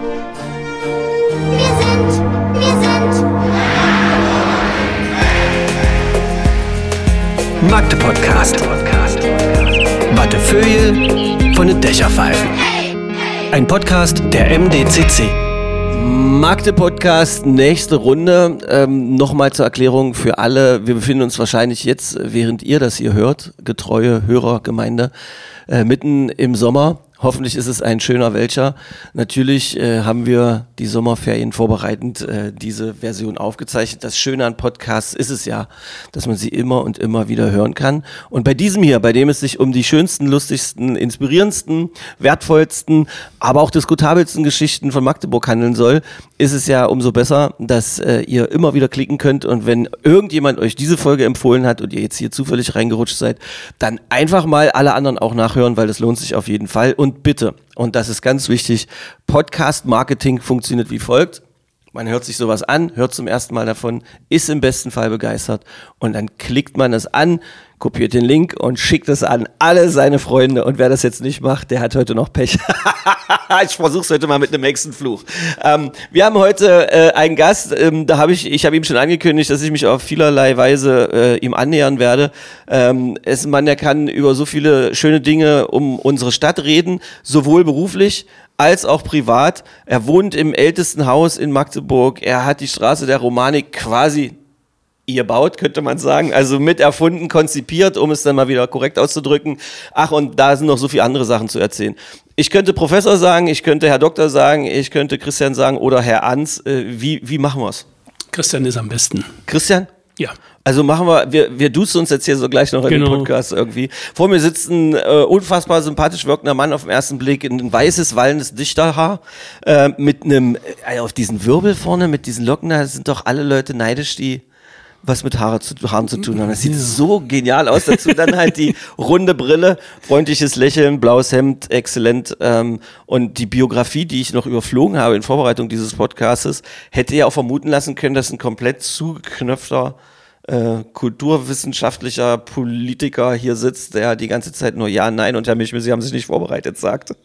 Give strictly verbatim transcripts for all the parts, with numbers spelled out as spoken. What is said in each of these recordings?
Wir sind, wir sind Magde Podcast. Wattefeuille von den Dächerpfeifen. Ein Podcast der M D C C. Magde Podcast, nächste Runde. Ähm, Nochmal zur Erklärung für alle. Wir befinden uns wahrscheinlich jetzt, während ihr das hier hört, getreue Hörergemeinde, äh, mitten im Sommer. Hoffentlich ist es ein schöner welcher. Natürlich äh, haben wir die Sommerferien vorbereitend äh, diese Version aufgezeichnet. Das Schöne an Podcasts ist es ja, dass man sie immer und immer wieder hören kann. Und bei diesem hier, bei dem es sich um die schönsten, lustigsten, inspirierendsten, wertvollsten, aber auch diskutabelsten Geschichten von Magdeburg handeln soll, ist es ja umso besser, dass äh, ihr immer wieder klicken könnt. Und wenn irgendjemand euch diese Folge empfohlen hat und ihr jetzt hier zufällig reingerutscht seid, dann einfach mal alle anderen auch nachhören, weil das lohnt sich auf jeden Fall. Und bitte, und das ist ganz wichtig, Podcast-Marketing funktioniert wie folgt. Man hört sich sowas an, hört zum ersten Mal davon, ist im besten Fall begeistert und dann klickt man das an, kopiert den Link und schickt es an alle seine Freunde. Und wer das jetzt nicht macht, der hat heute noch Pech. Ich versuche es heute mal mit einem Hexenfluch. Ähm, wir haben heute äh, einen Gast, ähm, da habe ich, ich habe ihm schon angekündigt, dass ich mich auf vielerlei Weise äh, ihm annähern werde. Ähm, es ist ein Mann, der kann über so viele schöne Dinge um unsere Stadt reden, sowohl beruflich als auch privat. Er wohnt im ältesten Haus in Magdeburg. Er hat die Straße der Romanik quasi ihr baut, könnte man sagen, also mit erfunden, konzipiert, um es dann mal wieder korrekt auszudrücken. Ach, und da sind noch so viele andere Sachen zu erzählen. Ich könnte Professor sagen, ich könnte Herr Doktor sagen, ich könnte Christian sagen oder Herr Ans. Äh, wie, wie machen wir es? Christian ist am besten. Christian? Ja. Also machen wir, wir, wir duzen uns jetzt hier so gleich noch in genau. den Podcast irgendwie. Vor mir sitzt ein äh, unfassbar sympathisch wirkender Mann auf den ersten Blick, ein weißes, wallendes Dichterhaar, äh, mit einem, äh, auf diesen Wirbel vorne, mit diesen Locken, da sind doch alle Leute neidisch, die was mit Haare zu, Haaren zu tun haben. Das sieht ja so genial aus. Dazu dann halt die runde Brille, freundliches Lächeln, blaues Hemd, exzellent. Ähm, und die Biografie, die ich noch überflogen habe in Vorbereitung dieses Podcastes, hätte ja auch vermuten lassen können, dass ein komplett zugeknöpfter äh, kulturwissenschaftlicher Politiker hier sitzt, der die ganze Zeit nur Ja, Nein und Herr Michel, Sie haben sich nicht vorbereitet, sagt.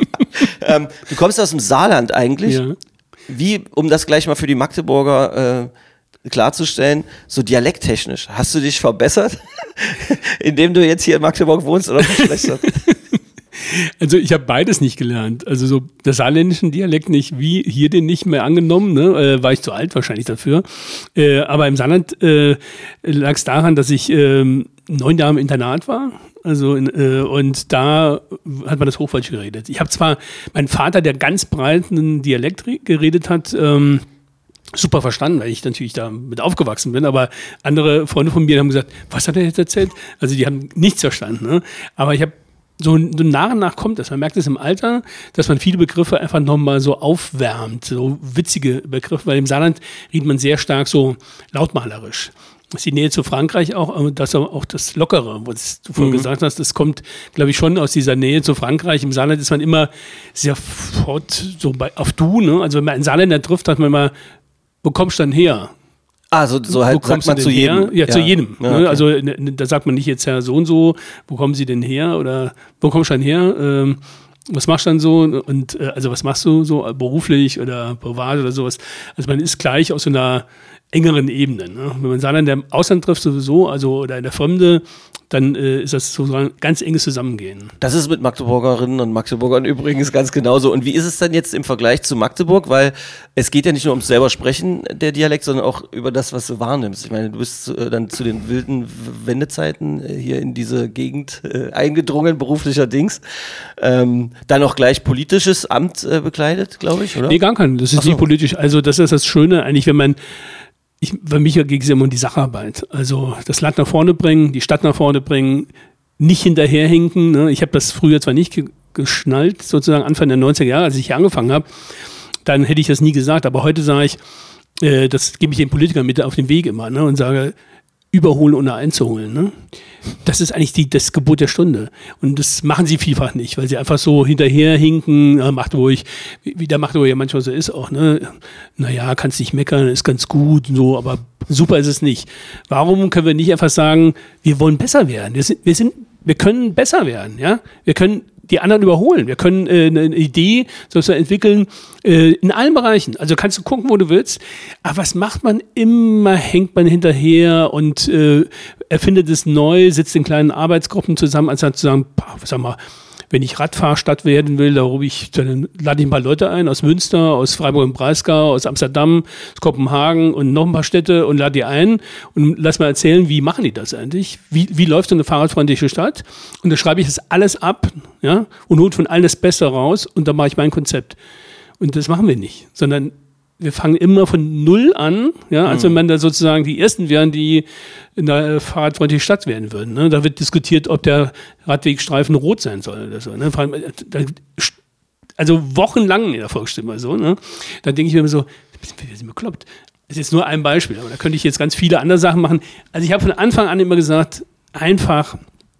ähm, du kommst aus dem Saarland eigentlich. Ja. Wie, um das gleich mal für die Magdeburger äh, klarzustellen, so dialekttechnisch, hast du dich verbessert, indem du jetzt hier in Magdeburg wohnst oder verschlechtert? Also ich habe beides nicht gelernt. Also so der saarländischen Dialekt nicht, wie hier den nicht mehr angenommen, ne? äh, war ich zu alt wahrscheinlich dafür. Äh, aber im Saarland äh, lag es daran, dass ich äh, neun Jahre im Internat war. Also in, äh, und da hat man das Hochdeutsch geredet. Ich habe zwar meinen Vater, der ganz breiten Dialekt re- geredet hat, ähm, super verstanden, weil ich natürlich da mit aufgewachsen bin, aber andere Freunde von mir haben gesagt, was hat er jetzt erzählt? Also die haben nichts verstanden, ne? Aber ich habe so, so nach und nach kommt das. Man merkt es im Alter, dass man viele Begriffe einfach nochmal so aufwärmt, so witzige Begriffe, weil im Saarland redet man sehr stark so lautmalerisch. Das ist die Nähe zu Frankreich auch, das auch das Lockere, was du vorhin mhm. gesagt hast, das kommt, glaube ich, schon aus dieser Nähe zu Frankreich. Im Saarland ist man immer sehr fort so bei, auf du, ne? Also wenn man einen Saarländer trifft, hat man immer, wo kommst du denn her? Ah, so, so halt sagt man zu jedem. Ja, ja, zu jedem. Ja, ne? okay. Also ne, da sagt man nicht jetzt Herr so und so, wo kommen Sie denn her? Oder wo kommst du denn her? Ähm, was machst du dann so? Und äh, also was machst du so beruflich oder privat oder sowas? Also man ist gleich aus so einer engeren Ebene. Ne? Wenn man Saarländer im Ausland trifft sowieso, also oder in der Fremde, dann äh, ist das so ein ganz enges Zusammengehen. Das ist mit Magdeburgerinnen und Magdeburgern übrigens ganz genauso. Und wie ist es dann jetzt im Vergleich zu Magdeburg? Weil es geht ja nicht nur ums selber Sprechen, der Dialekt, sondern auch über das, was du wahrnimmst. Ich meine, du bist äh, dann zu den wilden Wendezeiten äh, hier in diese Gegend äh, eingedrungen, beruflicher Dings. Ähm, dann auch gleich politisches Amt äh, bekleidet, glaube ich, oder? Nee, gar kein. Das ist so. nie politisch. Also das ist das Schöne eigentlich, wenn man Ich, für mich ging es immer um die Sacharbeit. Also das Land nach vorne bringen, die Stadt nach vorne bringen, nicht hinterherhinken. Ne? Ich habe das früher zwar nicht ge- geschnallt, sozusagen Anfang der neunziger Jahre, als ich hier angefangen habe, dann hätte ich das nie gesagt. Aber heute sage ich, äh, das gebe ich den Politikern mit auf den Weg immer, ne? Und sage, überholen ohne einzuholen. Ne? Das ist eigentlich die, das Gebot der Stunde. Und das machen sie vielfach nicht, weil sie einfach so hinterherhinken, ja, macht ruhig, wie, wie der Magdeburg ja manchmal so ist auch. Ne? Naja, kannst nicht meckern, ist ganz gut, so, aber super ist es nicht. Warum können wir nicht einfach sagen, wir wollen besser werden? Wir sind, wir sind, wir können besser werden, ja? Wir können die anderen überholen. Wir können äh, eine Idee sozusagen entwickeln äh, in allen Bereichen. Also kannst du gucken, wo du willst. Aber was macht man? Immer hängt man hinterher und äh, erfindet es neu, sitzt in kleinen Arbeitsgruppen zusammen, anstatt zu sagen, sag mal, wenn ich Radfahrstadt werden will, da rufe ich, dann lade ich ein paar Leute ein aus Münster, aus Freiburg im Breisgau, aus Amsterdam, aus Kopenhagen und noch ein paar Städte und lade die ein und lass mal erzählen, wie machen die das eigentlich? Wie, wie läuft so eine fahrradfreundliche Stadt? Und da schreibe ich das alles ab, ja, und hole von allen das Beste raus und dann mache ich mein Konzept. Und das machen wir nicht, sondern wir fangen immer von Null an, ja, als wenn man da sozusagen die Ersten wären, die in einer fahrradfreundlichen Stadt werden würden. Ne? Da wird diskutiert, ob der Radwegstreifen rot sein soll oder so. Ne? Also wochenlang in der Volksstimme so. Ne? Da denke ich mir immer so, wir sind bekloppt. Das ist jetzt nur ein Beispiel, aber da könnte ich jetzt ganz viele andere Sachen machen. Also ich habe von Anfang an immer gesagt, einfach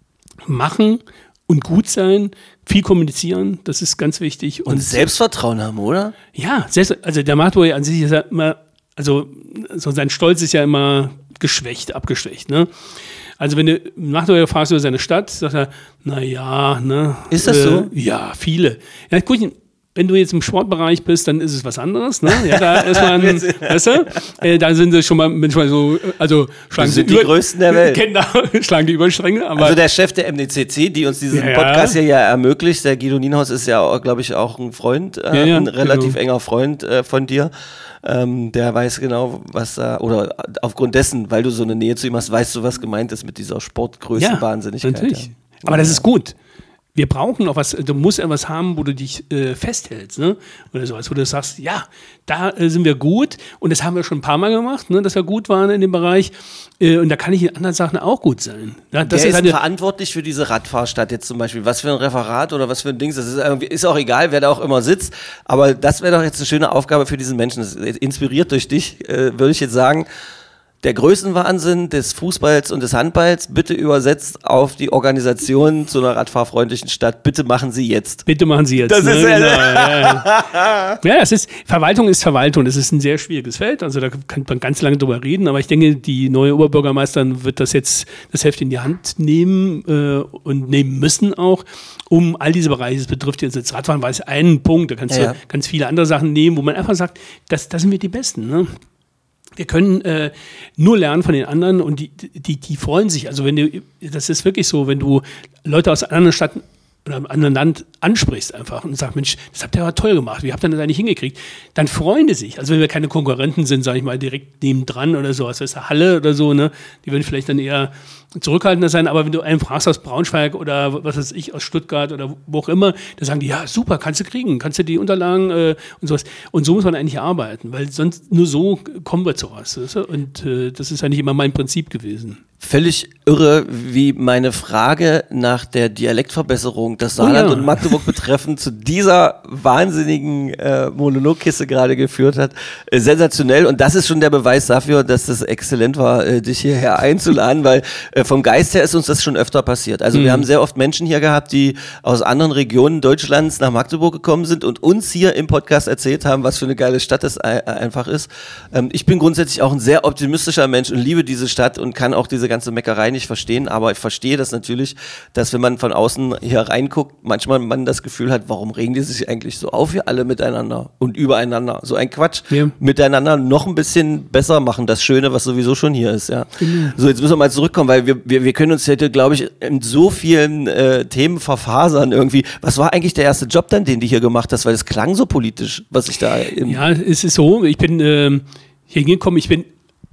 machen und gut sein, viel kommunizieren, das ist ganz wichtig. Und, und Selbstvertrauen haben, oder? Ja, selbst, also der Magdeburger an sich ist ja immer, also so sein Stolz ist ja immer geschwächt, abgeschwächt. Ne? Also wenn du Magdeburger fragst über seine Stadt, sagt er, na ja, ne. Ist das äh, so? Ja, viele. Ja, gut, wenn du jetzt im Sportbereich bist, dann ist es was anderes. Ne? Ja, da ist man, weißt du, äh, da sind sie schon mal manchmal so, also schlagen sie die über, Größten der Welt. Genau, schlagen die Überstränge. Aber also der Chef der M D C C, die uns diesen ja, Podcast hier ja ermöglicht, der Guido Nienhaus ist ja, glaube ich, auch ein Freund, äh, ja, ja, ein relativ genau. enger Freund äh, von dir. Ähm, der weiß genau, was da, oder aufgrund dessen, weil du so eine Nähe zu ihm hast, weißt du, was gemeint ist mit dieser Sportgrößenwahnsinnigkeit. Ja, natürlich. Ja. Aber das ist gut. Wir brauchen auch was, du musst etwas haben, wo du dich äh, festhältst, ne? Oder sowas, wo du sagst, ja, da äh, sind wir gut und das haben wir schon ein paar Mal gemacht, ne? Dass wir gut waren in dem Bereich äh, und da kann ich in anderen Sachen auch gut sein. Ja, das Wer ist ist halt verantwortlich für diese Radfahrstadt jetzt zum Beispiel? Was für ein Referat oder was für ein Dings? Das ist, ist auch egal, wer da auch immer sitzt, aber das wäre doch jetzt eine schöne Aufgabe für diesen Menschen. Das ist inspiriert durch dich, äh, würde ich jetzt sagen. Der Größenwahnsinn des Fußballs und des Handballs, bitte übersetzt auf die Organisation zu einer radfahrfreundlichen Stadt. Bitte machen Sie jetzt. Bitte machen Sie jetzt. Das ne? ist genau, ja, ja. ja, das ist, Verwaltung ist Verwaltung. Das ist ein sehr schwieriges Feld. Also da kann man ganz lange drüber reden. Aber ich denke, die neue Oberbürgermeisterin wird das jetzt, das Heft in die Hand nehmen äh, und nehmen müssen auch, um all diese Bereiche. Das betrifft jetzt das Radfahren, war es einen Punkt. Da kannst ja, du ja. ganz viele andere Sachen nehmen, wo man einfach sagt, das, das sind wir die Besten, ne? Wir können äh, nur lernen von den anderen und die, die, die freuen sich. Also wenn du, das ist wirklich so, wenn du Leute aus einer anderen Stadt oder einem anderen Land ansprichst einfach und sagst, Mensch, das habt ihr aber toll gemacht, wie habt ihr das eigentlich hingekriegt? Dann freuen die sich. Also wenn wir keine Konkurrenten sind, sage ich mal, direkt nebendran oder so, als wäre Halle oder so, ne, die würden vielleicht dann eher zurückhaltender sein, aber wenn du einen fragst aus Braunschweig oder was weiß ich, aus Stuttgart oder wo auch immer, da sagen die, ja super, kannst du kriegen, kannst du die Unterlagen äh, und sowas. Und so muss man eigentlich arbeiten, weil sonst nur so kommen wir zu was. Weißt du? Und äh, das ist eigentlich immer mein Prinzip gewesen. Völlig irre, wie meine Frage nach der Dialektverbesserung das Saarland oh ja. und Magdeburg betreffend zu dieser wahnsinnigen äh, Monologkiste gerade geführt hat. Äh, sensationell. Und das ist schon der Beweis dafür, dass es exzellent war, äh, dich hierher einzuladen, weil äh, vom Geist her ist uns das schon öfter passiert. Also mhm. wir haben sehr oft Menschen hier gehabt, die aus anderen Regionen Deutschlands nach Magdeburg gekommen sind und uns hier im Podcast erzählt haben, was für eine geile Stadt es äh, einfach ist. Ähm, ich bin grundsätzlich auch ein sehr optimistischer Mensch und liebe diese Stadt und kann auch diese ganze Meckerei nicht verstehen, aber ich verstehe das natürlich, dass wenn man von außen hier reinguckt, manchmal man das Gefühl hat, warum regen die sich eigentlich so auf, hier alle miteinander und übereinander, so ein Quatsch, ja. miteinander noch ein bisschen besser machen, das Schöne, was sowieso schon hier ist, ja. Mhm. So, jetzt müssen wir mal zurückkommen, weil wir, wir, wir können uns heute, glaube ich, in so vielen äh, Themen verfasern irgendwie. Was war eigentlich der erste Job dann, den du hier gemacht hast, weil es klang so politisch, was ich da... Ja, es ist so, ich bin äh, hier hingekommen, ich bin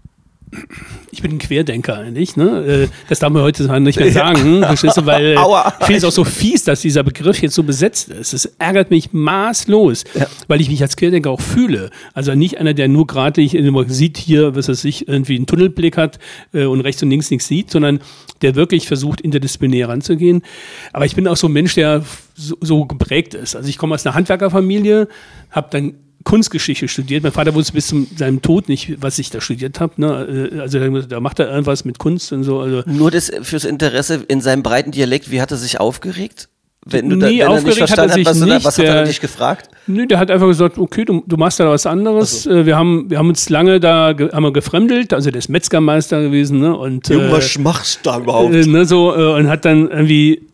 Ich bin ein Querdenker eigentlich, ne? Das darf man heute nicht mehr sagen, verstehst du? Weil ich finde es auch so fies, dass dieser Begriff jetzt so besetzt ist. Es ärgert mich maßlos, ja. weil ich mich als Querdenker auch fühle. Also nicht einer, der nur gerade sieht hier, was er sich irgendwie einen Tunnelblick hat äh, und rechts und links nichts sieht, sondern der wirklich versucht, interdisziplinär ranzugehen. Aber ich bin auch so ein Mensch, der so, so geprägt ist. Also ich komme aus einer Handwerkerfamilie, habe dann Kunstgeschichte studiert. Mein Vater wusste bis zu seinem Tod nicht, was ich da studiert habe. Ne? Also da macht er irgendwas mit Kunst und so. Also nur das fürs Interesse in seinem breiten Dialekt, wie hat er sich aufgeregt? Wenn du nee, da, wenn aufgeregt er nicht verstanden hat er sich hat, was, nicht. was hat er dich gefragt? Nö, der hat einfach gesagt, okay, du, du machst da was anderes. So. Wir haben, wir haben uns lange da ge, haben wir gefremdelt, also der ist Metzgermeister gewesen. Ne? Und, Junge, äh, was machst du da überhaupt? Äh, ne, so, äh, und hat dann irgendwie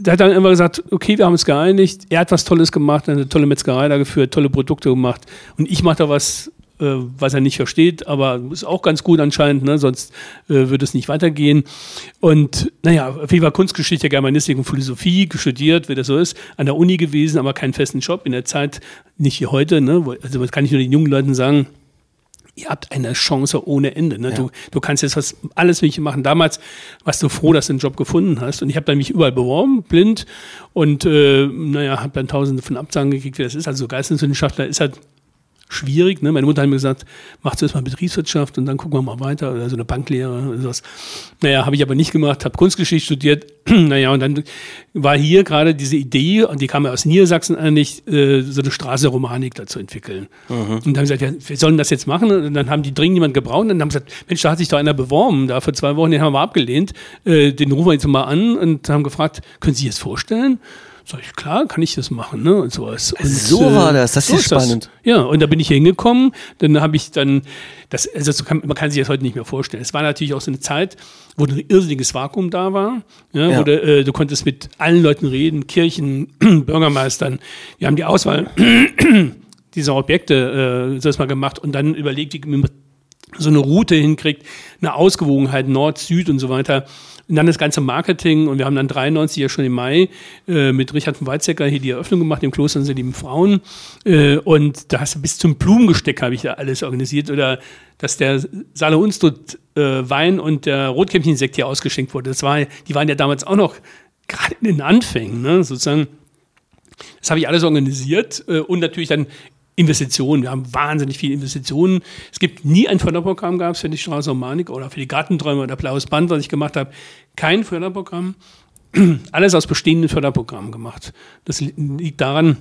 der hat dann immer gesagt, okay, wir haben uns geeinigt, er hat was Tolles gemacht, eine tolle Metzgerei da geführt, tolle Produkte gemacht und ich mache da was, äh, was er nicht versteht, aber ist auch ganz gut anscheinend, ne? Sonst äh, würde es nicht weitergehen. Und naja, auf jeden Fall Kunstgeschichte, Germanistik und Philosophie studiert, wie das so ist, an der Uni gewesen, aber keinen festen Job in der Zeit, nicht wie heute, ne? Also das kann ich nur den jungen Leuten sagen, ihr habt eine Chance ohne Ende. Ne? Ja. Du, du kannst jetzt was, alles Mögliche machen. Damals warst du froh, dass du einen Job gefunden hast. Und ich habe dann mich überall beworben, blind. Und äh, naja, habe dann tausende von Absagen gekriegt, wie das ist. Also Geisteswissenschaftler ist halt schwierig. Ne? Meine Mutter hat mir gesagt, mach zuerst mal Betriebswirtschaft und dann gucken wir mal weiter. Oder so eine Banklehre oder sowas. Naja, habe ich aber nicht gemacht. Habe Kunstgeschichte studiert. Naja, und dann war hier gerade diese Idee, und die kam ja aus Niedersachsen eigentlich, äh, so eine Straße Romanik da zu entwickeln. Mhm. Und dann haben sie gesagt, ja, wir sollen das jetzt machen. Und dann haben die dringend jemanden gebraucht. Und dann haben sie gesagt, Mensch, da hat sich doch einer beworben. Da vor zwei Wochen, den haben wir abgelehnt. Äh, den rufen wir jetzt mal an und haben gefragt, können Sie sich das vorstellen? Sag ich, klar, kann ich das machen, ne? Und sowas. Und, so äh, war das, das ist so spannend. Das. Ja, und da bin ich hier hingekommen, dann habe ich dann, das, also das kann, man kann sich das heute nicht mehr vorstellen. Es war natürlich auch so eine Zeit, wo ein irrsinniges Vakuum da war, ja, ja. Wo du, äh, du konntest mit allen Leuten reden, Kirchen, Bürgermeistern. Wir haben die Auswahl dieser Objekte äh, das mal gemacht und dann überlegt, wie man so eine Route hinkriegt, eine Ausgewogenheit, Nord, Süd und so weiter. Und dann das ganze Marketing und wir haben dann dreiundneunzig ja schon im Mai äh, mit Richard von Weizsäcker hier die Eröffnung gemacht im Kloster unserer lieben Frauen äh, und da hast du bis zum Blumengesteck habe ich da alles organisiert oder dass der Saale Unstrut äh, Wein und der Rotkäppchensekt hier ausgeschenkt wurde. Das war, die waren ja damals auch noch gerade in den Anfängen, ne, sozusagen. Das habe ich alles organisiert äh, und natürlich dann Investitionen. Wir haben wahnsinnig viele Investitionen. Es gibt nie ein Förderprogramm, gab es für die Straße Romanik oder für die Gartenträume oder Blaues Band, was ich gemacht habe. Kein Förderprogramm. Alles aus bestehenden Förderprogrammen gemacht. Das liegt daran,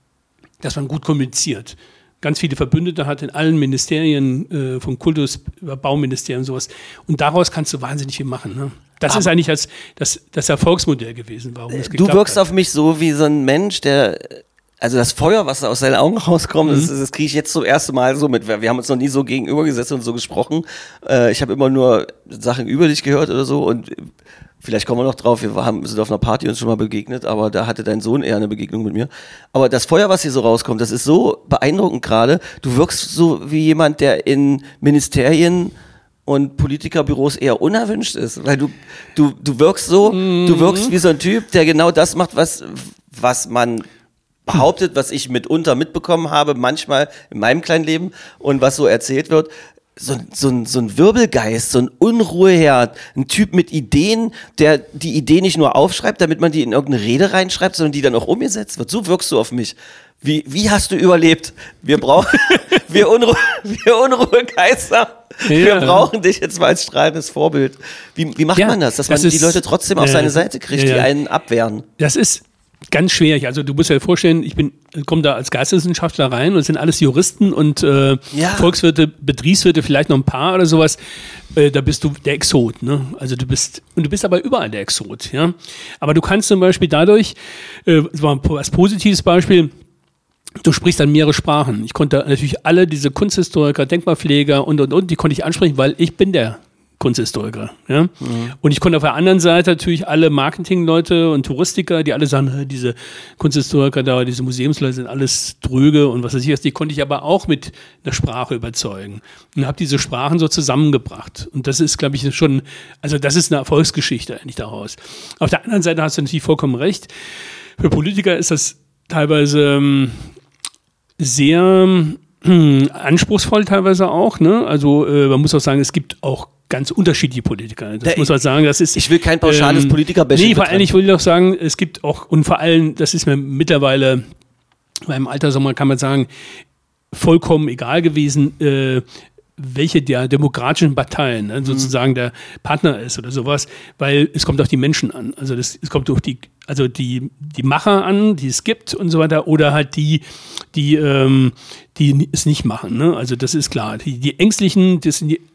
dass man gut kommuniziert. Ganz viele Verbündete hat in allen Ministerien, äh, vom Kultus über Bauministerium und sowas. Und daraus kannst du wahnsinnig viel machen. Ne? Das Aber ist eigentlich das, das, das Erfolgsmodell gewesen. Warum das du wirkst hat. auf mich so wie so ein Mensch, der... Also das Feuer, was da aus seinen Augen rauskommt, mhm. das, das kriege ich jetzt zum ersten Mal so mit. Wir haben uns noch nie so gegenübergesetzt und so gesprochen. Äh, ich habe immer nur Sachen über dich gehört oder so und vielleicht kommen wir noch drauf, wir haben, sind auf einer Party uns schon mal begegnet, aber da hatte dein Sohn eher eine Begegnung mit mir. Aber das Feuer, was hier so rauskommt, das ist so beeindruckend gerade. Du wirkst so wie jemand, der in Ministerien und Politikerbüros eher unerwünscht ist, weil du, du, du wirkst so, mhm. du wirkst wie so ein Typ, der genau das macht, was, was man behauptet, was ich mitunter mitbekommen habe, manchmal in meinem kleinen Leben und was so erzählt wird, so, so, ein, so ein Wirbelgeist, so ein Unruheherd, ein Typ mit Ideen, der die Idee nicht nur aufschreibt, damit man die in irgendeine Rede reinschreibt, sondern die dann auch umgesetzt wird. So wirkst du auf mich. Wie, wie hast du überlebt? Wir brauchen, wir, Unruhe, wir Unruhegeister, ja. wir brauchen dich jetzt mal als strahlendes Vorbild. Wie, wie macht ja, man das, dass das man ist, die Leute trotzdem auf äh, seine Seite kriegt, ja, ja. die einen abwehren? Das ist ganz schwierig. Also du musst dir vorstellen, ich bin komme da als Geisteswissenschaftler rein und es sind alles Juristen und äh, ja. Volkswirte, Betriebswirte, vielleicht noch ein paar oder sowas. Äh, da bist du der Exot. Ne? Also du bist, und du bist aber überall der Exot. Ja? Aber du kannst zum Beispiel dadurch, äh, das war ein als positives Beispiel, du sprichst dann mehrere Sprachen. Ich konnte natürlich alle diese Kunsthistoriker, Denkmalpfleger und, und, und, die konnte ich ansprechen, weil ich bin der Kunsthistoriker. Ja? Mhm. Und ich konnte auf der anderen Seite natürlich alle Marketingleute und Touristiker, die alle sagen, diese Kunsthistoriker da, diese Museumsleute sind alles dröge und was weiß ich was, die konnte ich aber auch mit der Sprache überzeugen. Und habe diese Sprachen so zusammengebracht. Und das ist, glaube ich, schon, also das ist eine Erfolgsgeschichte eigentlich daraus. Auf der anderen Seite hast du natürlich vollkommen recht. Für Politiker ist das teilweise ähm, sehr ähm, anspruchsvoll teilweise auch. Ne? Also äh, man muss auch sagen, es gibt auch ganz unterschiedliche Politiker. Das ja, muss man sagen. Das ist, ich will kein pauschales ähm, Politiker-Bashing. Nee, vor allem, ich will doch sagen, es gibt auch, und vor allem, das ist mir mittlerweile, beim Alter, so kann man sagen, vollkommen egal gewesen, äh, welche der demokratischen Parteien ne, sozusagen mhm. der Partner ist oder sowas, weil es kommt auf die Menschen an. Also das, es kommt durch die, also die, die Macher an, die es gibt und so weiter, oder halt die, die, ähm, die es nicht machen. Ne? Also das ist klar. Die, die Ängstlichen, das sind die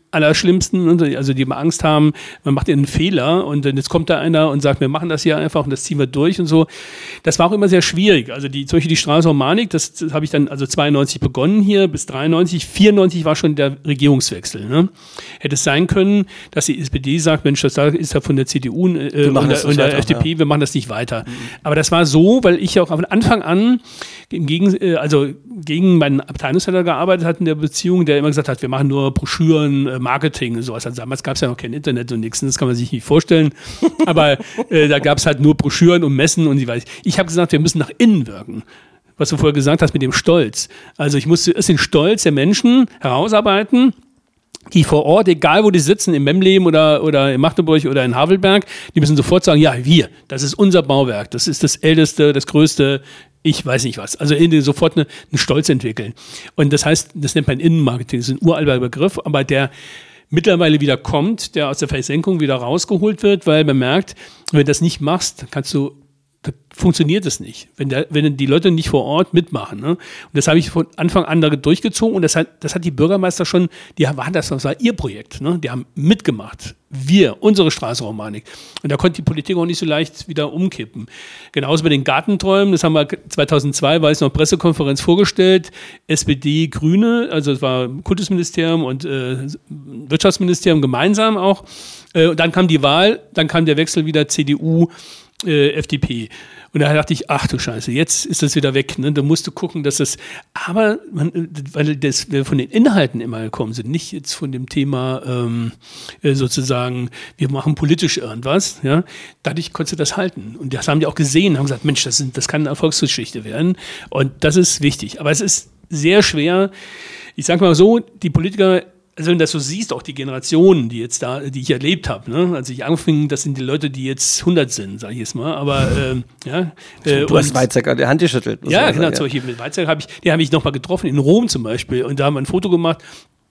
Allerschlimmsten, also die immer Angst haben, man macht einen Fehler und dann jetzt kommt da einer und sagt, wir machen das hier einfach und das ziehen wir durch und so. Das war auch immer sehr schwierig. Also die, zum Beispiel die Straße Romanik, das, das habe ich dann also zweiundneunzig begonnen hier bis dreiundneunzig, vierundneunzig war schon der Regierungswechsel. Ne? Hätte es sein können, dass die S P D sagt, Mensch, das ist ja von der C D U äh, und der, und der weiter, F D P, ja. wir machen das nicht weiter. Mhm. Aber das war so, weil ich auch von Anfang an im Gegen, äh, also gegen meinen Abteilungsleiter gearbeitet hat in der Beziehung, der immer gesagt hat, wir machen nur Broschüren, äh, Marketing und sowas. Also damals gab es ja noch kein Internet und nichts, das kann man sich nicht vorstellen. Aber äh, da gab es halt nur Broschüren und Messen und ich weiß. Ich habe gesagt, wir müssen nach innen wirken. Was du vorher gesagt hast mit dem Stolz. Also ich musste erst den Stolz der Menschen herausarbeiten, die vor Ort, egal wo die sitzen, im Memleben oder, oder in Magdeburg oder in Havelberg, die müssen sofort sagen, ja, wir, das ist unser Bauwerk, das ist das älteste, das größte, ich weiß nicht was. Also in, sofort eine, einen Stolz entwickeln. Und das heißt, das nennt man Innenmarketing, das ist ein uralter Begriff, aber der mittlerweile wieder kommt, der aus der Versenkung wieder rausgeholt wird, weil man merkt, wenn du das nicht machst, kannst du da funktioniert es nicht, wenn, der, wenn die Leute nicht vor Ort mitmachen. Ne? Und das habe ich von Anfang an da durchgezogen und das hat, das hat die Bürgermeister schon, die waren das, das war ihr Projekt, ne? Die haben mitgemacht. Wir, unsere Straße Romanik. Und da konnte die Politik auch nicht so leicht wieder umkippen. Genauso bei den Gartenträumen, das haben wir zweitausendzwei, war es noch Pressekonferenz vorgestellt, S P D, Grüne, also es war Kultusministerium und äh, Wirtschaftsministerium gemeinsam auch. Äh, und dann kam die Wahl, dann kam der Wechsel wieder C D U, Äh, F D P. Und da dachte ich, ach du Scheiße, jetzt ist das wieder weg. Ne? Da musst du gucken, dass das, aber man, weil das, wir von den Inhalten immer gekommen sind, nicht jetzt von dem Thema ähm, sozusagen, wir machen politisch irgendwas, ja, dadurch konntest du das halten. Und das haben die auch gesehen, haben gesagt, Mensch, das, sind, das kann eine Erfolgsgeschichte werden. Und das ist wichtig. Aber es ist sehr schwer, ich sage mal so, die Politiker, also wenn du das so siehst, auch die Generationen, die jetzt da, die ich erlebt habe, ne? Als ich anfing, das sind die Leute, die jetzt hundert sind, sage ich jetzt mal, aber ähm, ja. Äh, du hast Weizsäcker die Hand geschüttelt. Ja, genau, zum Beispiel mit Weizsäcker habe ich, den habe ich nochmal getroffen, in Rom zum Beispiel, und da haben wir ein Foto gemacht,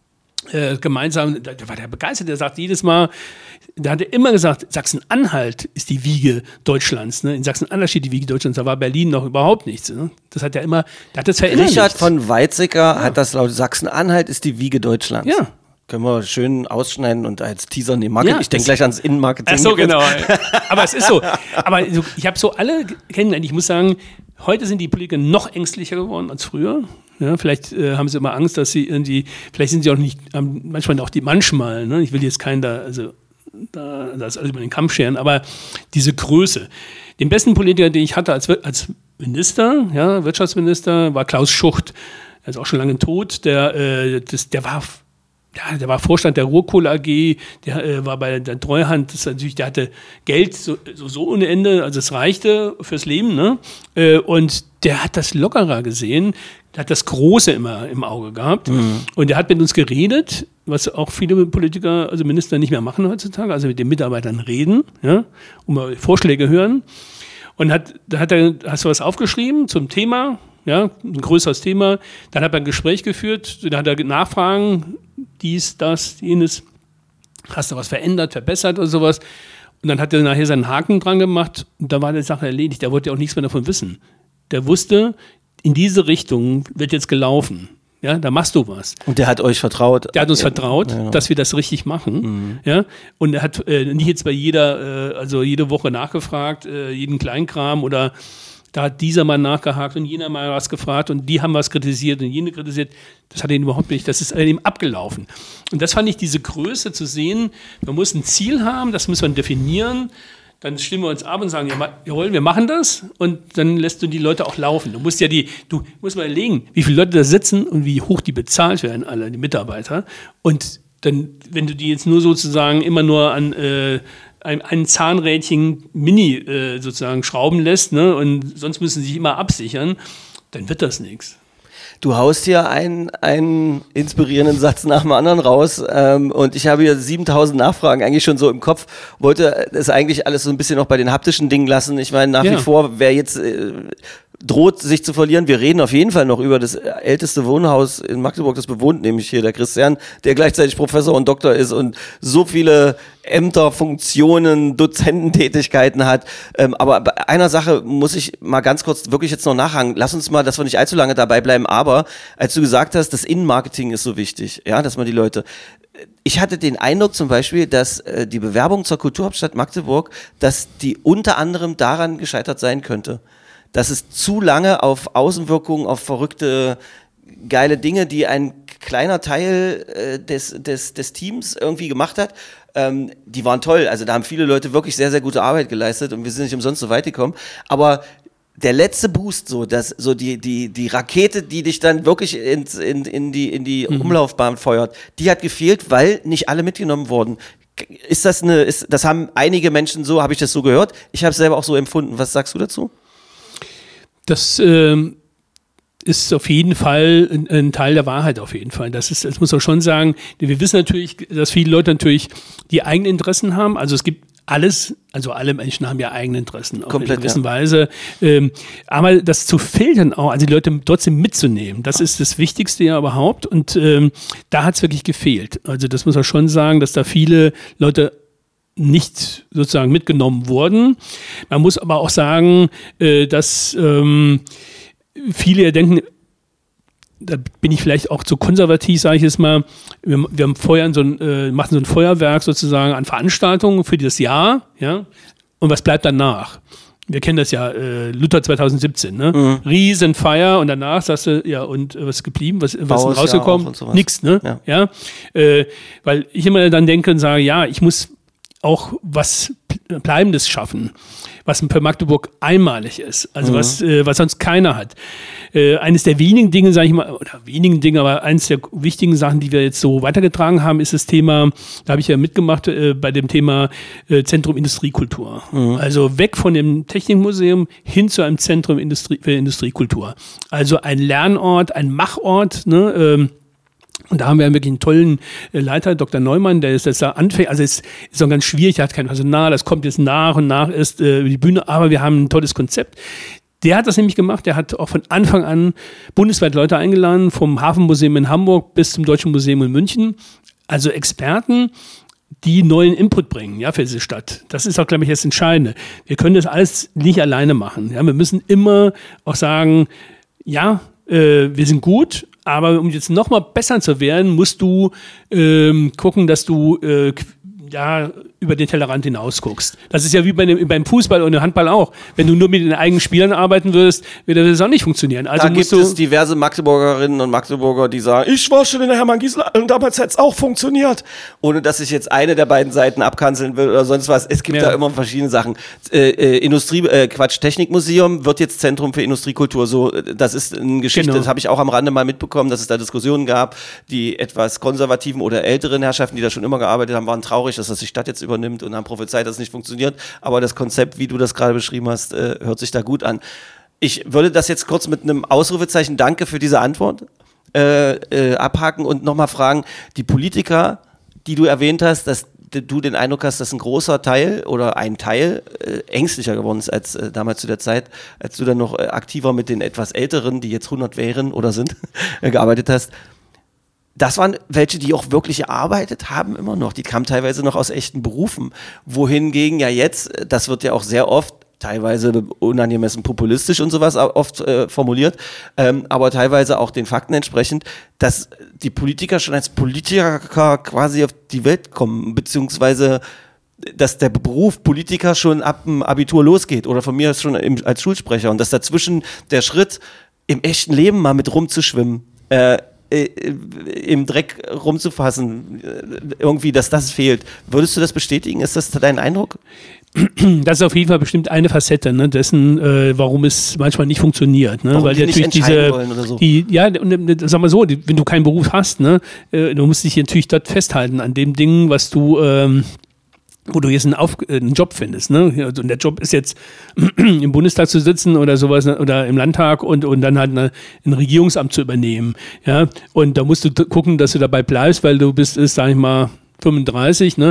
äh, gemeinsam, da, da war der begeistert, der sagt jedes Mal, der hatte immer gesagt, Sachsen-Anhalt ist die Wiege Deutschlands. Ne? In Sachsen-Anhalt steht die Wiege Deutschlands, da war Berlin noch überhaupt nichts. Ne? Das hat er immer, der hat das verinnerlicht. Richard von Weizsäcker ja. hat das laut, Sachsen-Anhalt ist die Wiege Deutschlands. Ja. Können wir schön ausschneiden und als Teaser nehmen. Market, Ja, ich denke gleich ans Innenmarketing. Ach so, genau. Aber es ist so. Aber so, ich habe so alle kennengelernt. Ich muss sagen, heute sind die Politiker noch ängstlicher geworden als früher. Ja, vielleicht äh, haben sie immer Angst, dass sie irgendwie, vielleicht sind sie auch nicht, ähm, manchmal auch die, manchmal, ne? Ich will jetzt keinen da, also da, das alles über den Kamm scheren, aber diese Größe. Den besten Politiker, den ich hatte als, als Minister, ja, Wirtschaftsminister, war Klaus Schucht. Er ist auch schon lange tot. Der, äh, das, der war Ja, der war Vorstand der Ruhrkohle A G, der äh, war bei der Treuhand, das ist natürlich, der hatte Geld so, so, so ohne Ende, also es reichte fürs Leben, ne? Äh, und der hat das lockerer gesehen, der hat das Große immer im Auge gehabt. Mhm. Und der hat mit uns geredet, was auch viele Politiker, also Minister nicht mehr machen heutzutage, also mit den Mitarbeitern reden, ja, und mal Vorschläge hören. Und hat, da hat er, hast du was aufgeschrieben zum Thema, ja, ein größeres Thema. Dann hat er ein Gespräch geführt, dann hat er Nachfragen, dies, das, jenes, hast du was verändert, verbessert oder sowas. Und dann hat er nachher seinen Haken dran gemacht und da war die Sache erledigt. Der wollte ja auch nichts mehr davon wissen. Der wusste, in diese Richtung wird jetzt gelaufen. Ja, da machst du was. Und der hat euch vertraut. Der hat uns vertraut, ja, dass wir das richtig machen. Mhm. Ja, und er hat äh, nicht jetzt bei jeder, äh, also jede Woche nachgefragt, äh, jeden Kleinkram oder da hat dieser mal nachgehakt und jener mal was gefragt und die haben was kritisiert und jene kritisiert. Das hat ihn überhaupt nicht, das ist ihm abgelaufen. Und das fand ich, diese Größe zu sehen, man muss ein Ziel haben, das muss man definieren, dann stimmen wir uns ab und sagen, ja, jawohl, wir machen das und dann lässt du die Leute auch laufen. Du musst ja die, du musst mal überlegen, wie viele Leute da sitzen und wie hoch die bezahlt werden, alle, die Mitarbeiter. Und dann, wenn du die jetzt nur sozusagen immer nur an äh, ein, ein Zahnrädchen Mini äh, sozusagen schrauben lässt, ne, und sonst müssen sie sich immer absichern, dann wird das nichts. Du haust hier einen, einen inspirierenden Satz nach dem anderen raus ähm, und ich habe hier siebentausend Nachfragen eigentlich schon so im Kopf, wollte es eigentlich alles so ein bisschen noch bei den haptischen Dingen lassen. Ich meine, nach ja. wie vor, wer jetzt äh, droht sich zu verlieren. Wir reden auf jeden Fall noch über das älteste Wohnhaus in Magdeburg, das bewohnt nämlich hier der Christian, der gleichzeitig Professor und Doktor ist und so viele Ämter, Funktionen, Dozententätigkeiten hat. Ähm, aber bei einer Sache muss ich mal ganz kurz wirklich jetzt noch nachhaken. Lass uns mal, dass wir nicht allzu lange dabei bleiben, aber als du gesagt hast, das Innenmarketing ist so wichtig, ja, dass man die Leute... Ich hatte den Eindruck zum Beispiel, dass äh, die Bewerbung zur Kulturhauptstadt Magdeburg, dass die unter anderem daran gescheitert sein könnte, dass es zu lange auf Außenwirkungen, auf verrückte, geile Dinge, die ein kleiner Teil äh, des, des, des Teams irgendwie gemacht hat, ähm, die waren toll. Also da haben viele Leute wirklich sehr, sehr gute Arbeit geleistet und wir sind nicht umsonst so weit gekommen. Aber der letzte Boost, so, dass, so die, die, die Rakete, die dich dann wirklich ins, in, in die, in die mhm. Umlaufbahn feuert, die hat gefehlt, weil nicht alle mitgenommen wurden. Ist das eine, ist, das haben einige Menschen so, habe ich das so gehört? Ich habe es selber auch so empfunden. Was sagst du dazu? Das ähm, ist auf jeden Fall ein, ein Teil der Wahrheit, auf jeden Fall. Das ist, das muss man schon sagen. Wir wissen natürlich, dass viele Leute natürlich die eigenen Interessen haben. Also es gibt alles, also alle Menschen haben ja eigene Interessen, auch Komplett, in einer gewissen ja. Weise. Ähm, aber das zu filtern auch, also die Leute trotzdem mitzunehmen, das ist das Wichtigste ja überhaupt. Und ähm, da hat es wirklich gefehlt. Also das muss man schon sagen, dass da viele Leute nicht sozusagen mitgenommen wurden. Man muss aber auch sagen, äh, dass ähm, viele ja denken, da bin ich vielleicht auch zu konservativ, sage ich jetzt mal. Wir, wir haben Feuern so ein, äh, machen so ein Feuerwerk sozusagen an Veranstaltungen für das Jahr, ja. Und was bleibt danach? Wir kennen das ja, äh, Luther zwanzig siebzehn, ne? Mhm. Riesenfeier und danach sagst du, ja, und äh, was ist geblieben? Was, was ist rausgekommen? Nix, ne? Ja. ja? Äh, weil ich immer dann denke und sage, ja, ich muss auch was Bleibendes schaffen, was für Magdeburg einmalig ist, also mhm. was, äh, was sonst keiner hat. Äh, eines der wenigen Dinge, sage ich mal, oder wenigen Dinge, aber eines der wichtigen Sachen, die wir jetzt so weitergetragen haben, ist das Thema, da habe ich ja mitgemacht, äh, bei dem Thema äh, Zentrum Industriekultur. Mhm. Also weg von dem Technikmuseum hin zu einem Zentrum Industrie, für Industriekultur. Also ein Lernort, ein Machort, ne, ähm, und da haben wir wirklich einen tollen Leiter, Doktor Neumann, der ist jetzt da anfängt, also es ist auch ganz schwierig, er hat kein Personal, das kommt jetzt nach und nach erst äh, über die Bühne, aber wir haben ein tolles Konzept. Der hat das nämlich gemacht, der hat auch von Anfang an bundesweit Leute eingeladen, vom Hafenmuseum in Hamburg bis zum Deutschen Museum in München, also Experten, die neuen Input bringen, ja, für diese Stadt. Das ist auch, glaube ich, das Entscheidende. Wir können das alles nicht alleine machen, ja, wir müssen immer auch sagen, ja, äh, wir sind gut, aber um jetzt noch mal besser zu werden, musst du ähm, gucken, dass du äh, ja, über den Tellerrand hinaus guckst. Das ist ja wie bei dem, beim Fußball und im Handball auch. Wenn du nur mit den eigenen Spielern arbeiten würdest, würde das auch nicht funktionieren. Also da musst gibt du es diverse Magdeburgerinnen und Magdeburger, die sagen, ich war schon in der Hermann-Gießler und damals hat es auch funktioniert. Ohne dass ich jetzt eine der beiden Seiten abkanzeln will oder sonst was. Es gibt ja da immer verschiedene Sachen. Äh, äh, Industrie, äh, Quatsch, Technikmuseum wird jetzt Zentrum für Industriekultur. So, das ist eine Geschichte, genau. Das habe ich auch am Rande mal mitbekommen, dass es da Diskussionen gab. Die etwas konservativen oder älteren Herrschaften, die da schon immer gearbeitet haben, waren traurig, dass das die Stadt jetzt übernimmt und haben prophezeit, dass es nicht funktioniert. Aber das Konzept, wie du das gerade beschrieben hast, äh, hört sich da gut an. Ich würde das jetzt kurz mit einem Ausrufezeichen Danke für diese Antwort äh, äh, abhaken und nochmal fragen, die Politiker, die du erwähnt hast, dass du den Eindruck hast, dass ein großer Teil oder ein Teil äh, ängstlicher geworden ist als äh, damals zu der Zeit, als du dann noch äh, aktiver mit den etwas Älteren, die jetzt hundert wären oder sind, äh, gearbeitet hast. Das waren welche, die auch wirklich gearbeitet haben immer noch. Die kamen teilweise noch aus echten Berufen. Wohingegen ja jetzt, das wird ja auch sehr oft, teilweise unangemessen populistisch und sowas oft äh, formuliert, ähm, aber teilweise auch den Fakten entsprechend, dass die Politiker schon als Politiker quasi auf die Welt kommen, beziehungsweise dass der Beruf Politiker schon ab dem Abitur losgeht oder von mir aus schon im, als Schulsprecher und dass dazwischen der Schritt, im echten Leben mal mit rumzuschwimmen, äh, im Dreck rumzufassen, irgendwie, dass das fehlt. Würdest du das bestätigen? Ist das dein Eindruck? Das ist auf jeden Fall bestimmt eine Facette, ne, dessen, äh, warum es manchmal nicht funktioniert. Ne? Warum Weil die natürlich nicht entscheiden diese, wollen oder so. Die, ja, und, sag mal so, die, wenn du keinen Beruf hast, ne, äh, du musst dich natürlich dort festhalten an dem Ding, was du ähm, wo du jetzt einen, Auf, einen Job findest. Ne? Also, und der Job ist jetzt im Bundestag zu sitzen oder sowas oder im Landtag und, und dann halt eine, ein Regierungsamt zu übernehmen. Ja? Und da musst du t- gucken, dass du dabei bleibst, weil du bist, ist, sag ich mal, fünfunddreißig, ne?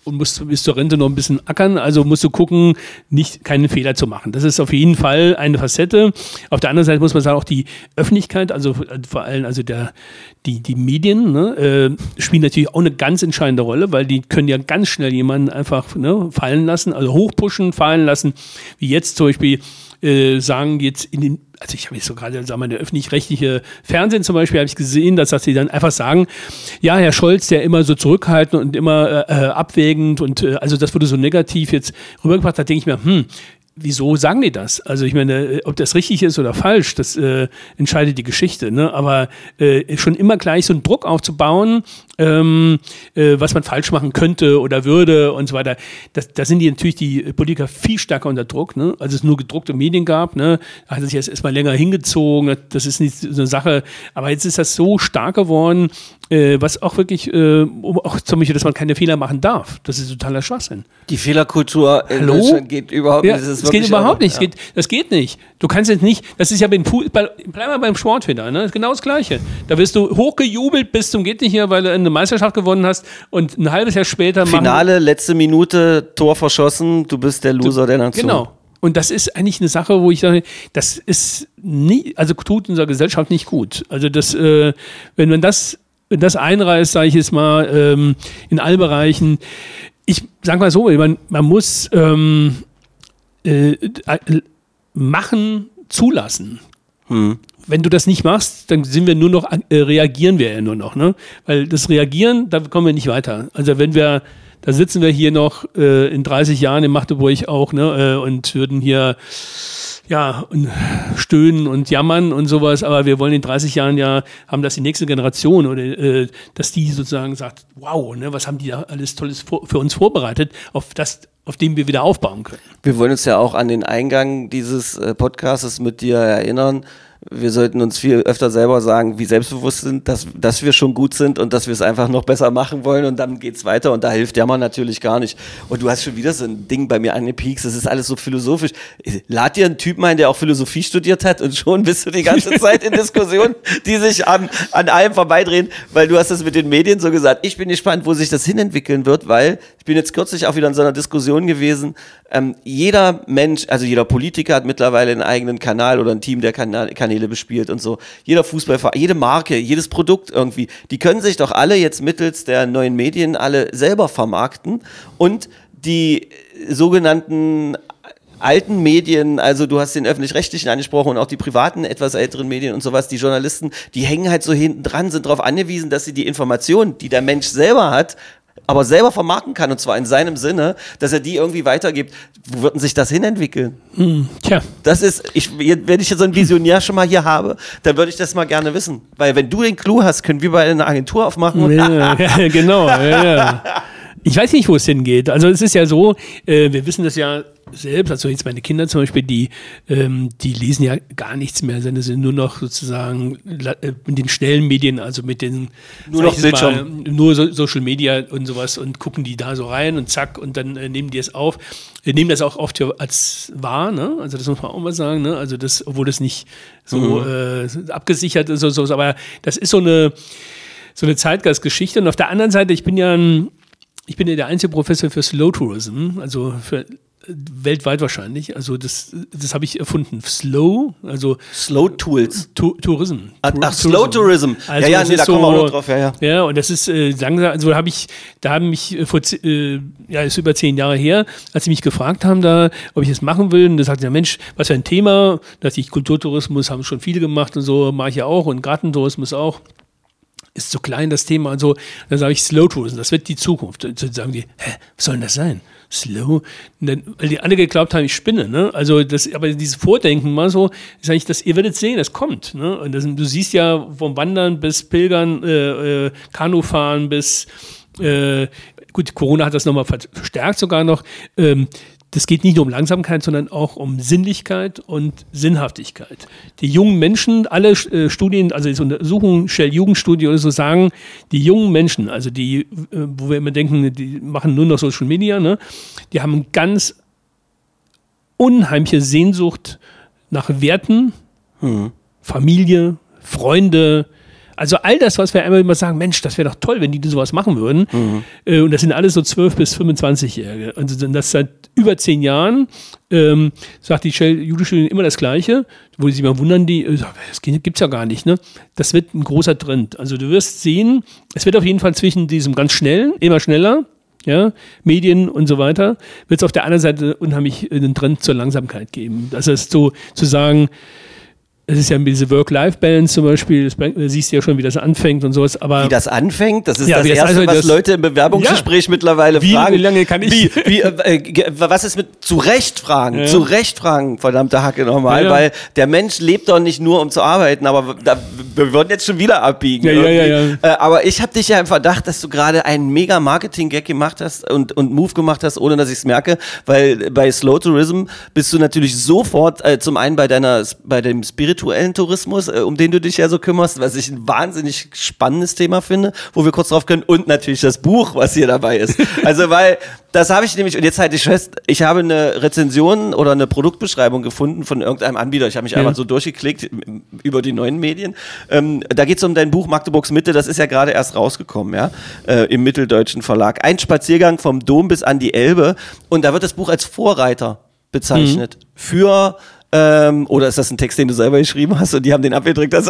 und musst bis zur Rente noch ein bisschen ackern, also musst du gucken, nicht keine Fehler zu machen. Das ist auf jeden Fall eine Facette. Auf der anderen Seite muss man sagen, auch die Öffentlichkeit, also vor allem also der, die, die Medien, ne, äh, spielen natürlich auch eine ganz entscheidende Rolle, weil die können ja ganz schnell jemanden einfach ne, fallen lassen, also hochpushen, fallen lassen, wie jetzt zum Beispiel äh, sagen jetzt in den, also ich habe jetzt so gerade, sagen wir, der öffentlich-rechtliche Fernsehen zum Beispiel, habe ich gesehen, dass, dass sie dann einfach sagen, ja, Herr Scholz, der immer so zurückhaltend und immer äh, abwägend und äh, also das wurde so negativ jetzt rübergebracht, da denke ich mir, hm, wieso sagen die das? Also ich meine, ob das richtig ist oder falsch, das äh, entscheidet die Geschichte. Ne? Aber äh, schon immer gleich so einen Druck aufzubauen, ähm, äh, was man falsch machen könnte oder würde und so weiter, das, da sind die natürlich die Politiker viel stärker unter Druck. Ne? Als es nur gedruckte Medien gab, ne? Da hat es sich jetzt erstmal länger hingezogen, das ist nicht so eine Sache. Aber jetzt ist das so stark geworden, äh, was auch wirklich, äh, auch zum Beispiel, dass man keine Fehler machen darf. Das ist totaler Schwachsinn. Die Fehlerkultur in Hallo? Deutschland geht überhaupt Ja, nicht. Das, ist das geht wirklich überhaupt irre. nicht. Das, Ja. geht, das geht nicht. Du kannst jetzt nicht, das ist ja beim Fußball, bleib mal beim Sport wieder, ne? Das ist genau das Gleiche. Da wirst du hochgejubelt bis zum geht nicht mehr, weil du eine Meisterschaft gewonnen hast und ein halbes Jahr später machen. Finale, letzte Minute, Tor verschossen, du bist der Loser der Nation. Genau. Und das ist eigentlich eine Sache, wo ich sage, das ist nie, also tut unserer Gesellschaft nicht gut. Also das, äh, wenn man das, wenn das einreißt, sage ich jetzt mal, ähm, in allen Bereichen, ich sage mal so, man, man muss ähm, äh, machen, zulassen. Hm. Wenn du das nicht machst, dann sind wir nur noch, äh, reagieren wir ja nur noch, ne? Weil das Reagieren, da kommen wir nicht weiter. Also wenn wir, da sitzen wir hier noch äh, in dreißig Jahren in Magdeburg auch, ne? Äh, und würden hier ja, und stöhnen und jammern und sowas, aber wir wollen in dreißig Jahren ja haben, dass die nächste Generation oder äh, dass die sozusagen sagt, wow, ne, was haben die da alles Tolles vor, für uns vorbereitet, auf das, auf dem wir wieder aufbauen können. Wir wollen uns ja auch an den Eingang dieses äh, Podcasts mit dir erinnern. Wir sollten uns viel öfter selber sagen, wie selbstbewusst sind, dass, dass wir schon gut sind und dass wir es einfach noch besser machen wollen und dann geht's weiter und da hilft Jammern natürlich gar nicht. Und du hast schon wieder so ein Ding bei mir angepiekst, das ist alles so philosophisch. Lad dir einen Typen ein, der auch Philosophie studiert hat und schon bist du die ganze Zeit in Diskussionen, die sich an, an allem vorbeidrehen, weil du hast das mit den Medien so gesagt. Ich bin gespannt, wo sich das hinentwickeln wird, weil ich bin jetzt kürzlich auch wieder in so einer Diskussion gewesen. Ähm, jeder Mensch, also jeder Politiker hat mittlerweile einen eigenen Kanal oder ein Team, der Kanal, Kanäle bespielt und so. Jeder Fußballverein, jede Marke, jedes Produkt irgendwie, die können sich doch alle jetzt mittels der neuen Medien alle selber vermarkten und die sogenannten alten Medien, also du hast den öffentlich-rechtlichen angesprochen und auch die privaten, etwas älteren Medien und sowas, die Journalisten, die hängen halt so hinten dran, sind darauf angewiesen, dass sie die Informationen, die der Mensch selber hat, aber selber vermarkten kann, und zwar in seinem Sinne, dass er die irgendwie weitergibt. Wo wird denn sich das hinentwickeln? Hm, tja. Das ist, ich, wenn ich so einen Visionär schon mal hier habe, dann würde ich das mal gerne wissen. Weil wenn du den Clou hast, können wir bei einer Agentur aufmachen. Ja, ja, genau. Ja, ja. Ich weiß nicht, wo es hingeht. Also es ist ja so, äh, wir wissen das ja selbst, also jetzt meine Kinder zum Beispiel, die, ähm, die lesen ja gar nichts mehr, sondern sind nur noch sozusagen äh, mit den schnellen Medien, also mit den Nur noch Bildschirm. Mal, nur so, Social Media und sowas und gucken die da so rein und zack und dann äh, nehmen die es auf. Wir nehmen das auch oft als wahr, ne? Also das muss man auch mal sagen, ne? Also das, obwohl das nicht so mhm. äh, abgesichert ist oder so, aber das ist so eine, so eine Zeitgeistgeschichte. Und auf der anderen Seite, ich bin ja ein Ich bin ja der einzige Professor für Slow Tourism, also für weltweit wahrscheinlich. Also das, das habe ich erfunden. Slow, also Slow Tools. Tu, Tourism. Ach, ach Slow Tourism. Also ja, ja, nee, da so, kommen wir auch noch drauf. Ja, ja. ja, und das ist äh, langsam, also habe ich, da haben mich vor, äh, ja, ist über zehn Jahre her, als sie mich gefragt haben, da, ob ich das machen will, und da sagte der Mensch, was für ein Thema, dass ich Kulturtourismus haben schon viele gemacht und so, mache ich ja auch, und Gartentourismus auch. Ist so klein das Thema und so. Dann sage ich Slow Tourism, das wird die Zukunft. Und dann sagen die, hä, was soll denn das sein? Slow? Und dann, weil die alle geglaubt haben, ich spinne. Ne? Also das, aber dieses Vordenken mal so, sage ich, das, ihr werdet sehen, das kommt. Ne? Und das, du siehst ja vom Wandern bis Pilgern, äh, äh, Kanufahren bis, äh, gut, Corona hat das nochmal verstärkt sogar noch. Ähm, Das geht nicht nur um Langsamkeit, sondern auch um Sinnlichkeit und Sinnhaftigkeit. Die jungen Menschen, alle äh, Studien, also so Untersuchungen, Shell-Jugendstudie oder so sagen, die jungen Menschen, also die, äh, wo wir immer denken, die machen nur noch Social Media, ne, die haben ganz unheimliche Sehnsucht nach Werten, hm. Familie, Freunde, Also all das, was wir einmal immer sagen, Mensch, das wäre doch toll, wenn die sowas machen würden. Mhm. Äh, und das sind alles so zwölf- bis fünfundzwanzigjährige. Also das seit über zehn Jahren ähm, sagt die Shell-Judo-Studien immer das Gleiche, wo sie sich mal wundern, die, äh, das gibt es ja gar nicht. Ne? Das wird ein großer Trend. Also du wirst sehen, es wird auf jeden Fall zwischen diesem ganz schnellen, immer schneller, ja, Medien und so weiter, wird es auf der anderen Seite unheimlich einen Trend zur Langsamkeit geben. Das ist so zu sagen, es ist ja diese Work-Life-Balance zum Beispiel, du siehst ja schon, wie das anfängt und sowas. Aber wie das anfängt, das ist ja, das das Erste, also, was das, Leute im Bewerbungsgespräch ja, mittlerweile wie, fragen. Wie lange kann ich? Wie, wie, äh, was ist mit zu Recht fragen? Ja. Zu Recht fragen, verdammte Hacke nochmal, ja, ja. Weil der Mensch lebt doch nicht nur, um zu arbeiten, aber da, wir würden jetzt schon wieder abbiegen. Ja, ja, ja, ja. Äh, aber ich habe dich ja im Verdacht, dass du gerade einen mega Marketing-Gag gemacht hast und, und Move gemacht hast, ohne dass ich es merke, weil bei Slow Tourism bist du natürlich sofort äh, zum einen bei deiner, bei dem spirituellen Tourismus, äh, um den du dich ja so kümmerst, was ich ein wahnsinnig spannendes Thema finde, wo wir kurz drauf können, und natürlich das Buch, was hier dabei ist. Also, weil das habe ich nämlich, und jetzt halte ich fest, ich habe eine Rezension oder eine Produktbeschreibung gefunden von irgendeinem Anbieter. Ich habe mich ja. einfach so durchgeklickt über die neuen Medien. Ähm, da geht es um dein Buch Magdeburgs Mitte, das ist ja gerade erst rausgekommen, ja, äh, im Mitteldeutschen Verlag. Ein Spaziergang vom Dom bis an die Elbe, und da wird das Buch als Vorreiter bezeichnet. Mhm. Für Ähm, oder ist das ein Text, den du selber geschrieben hast und die haben den abgedrückt? Das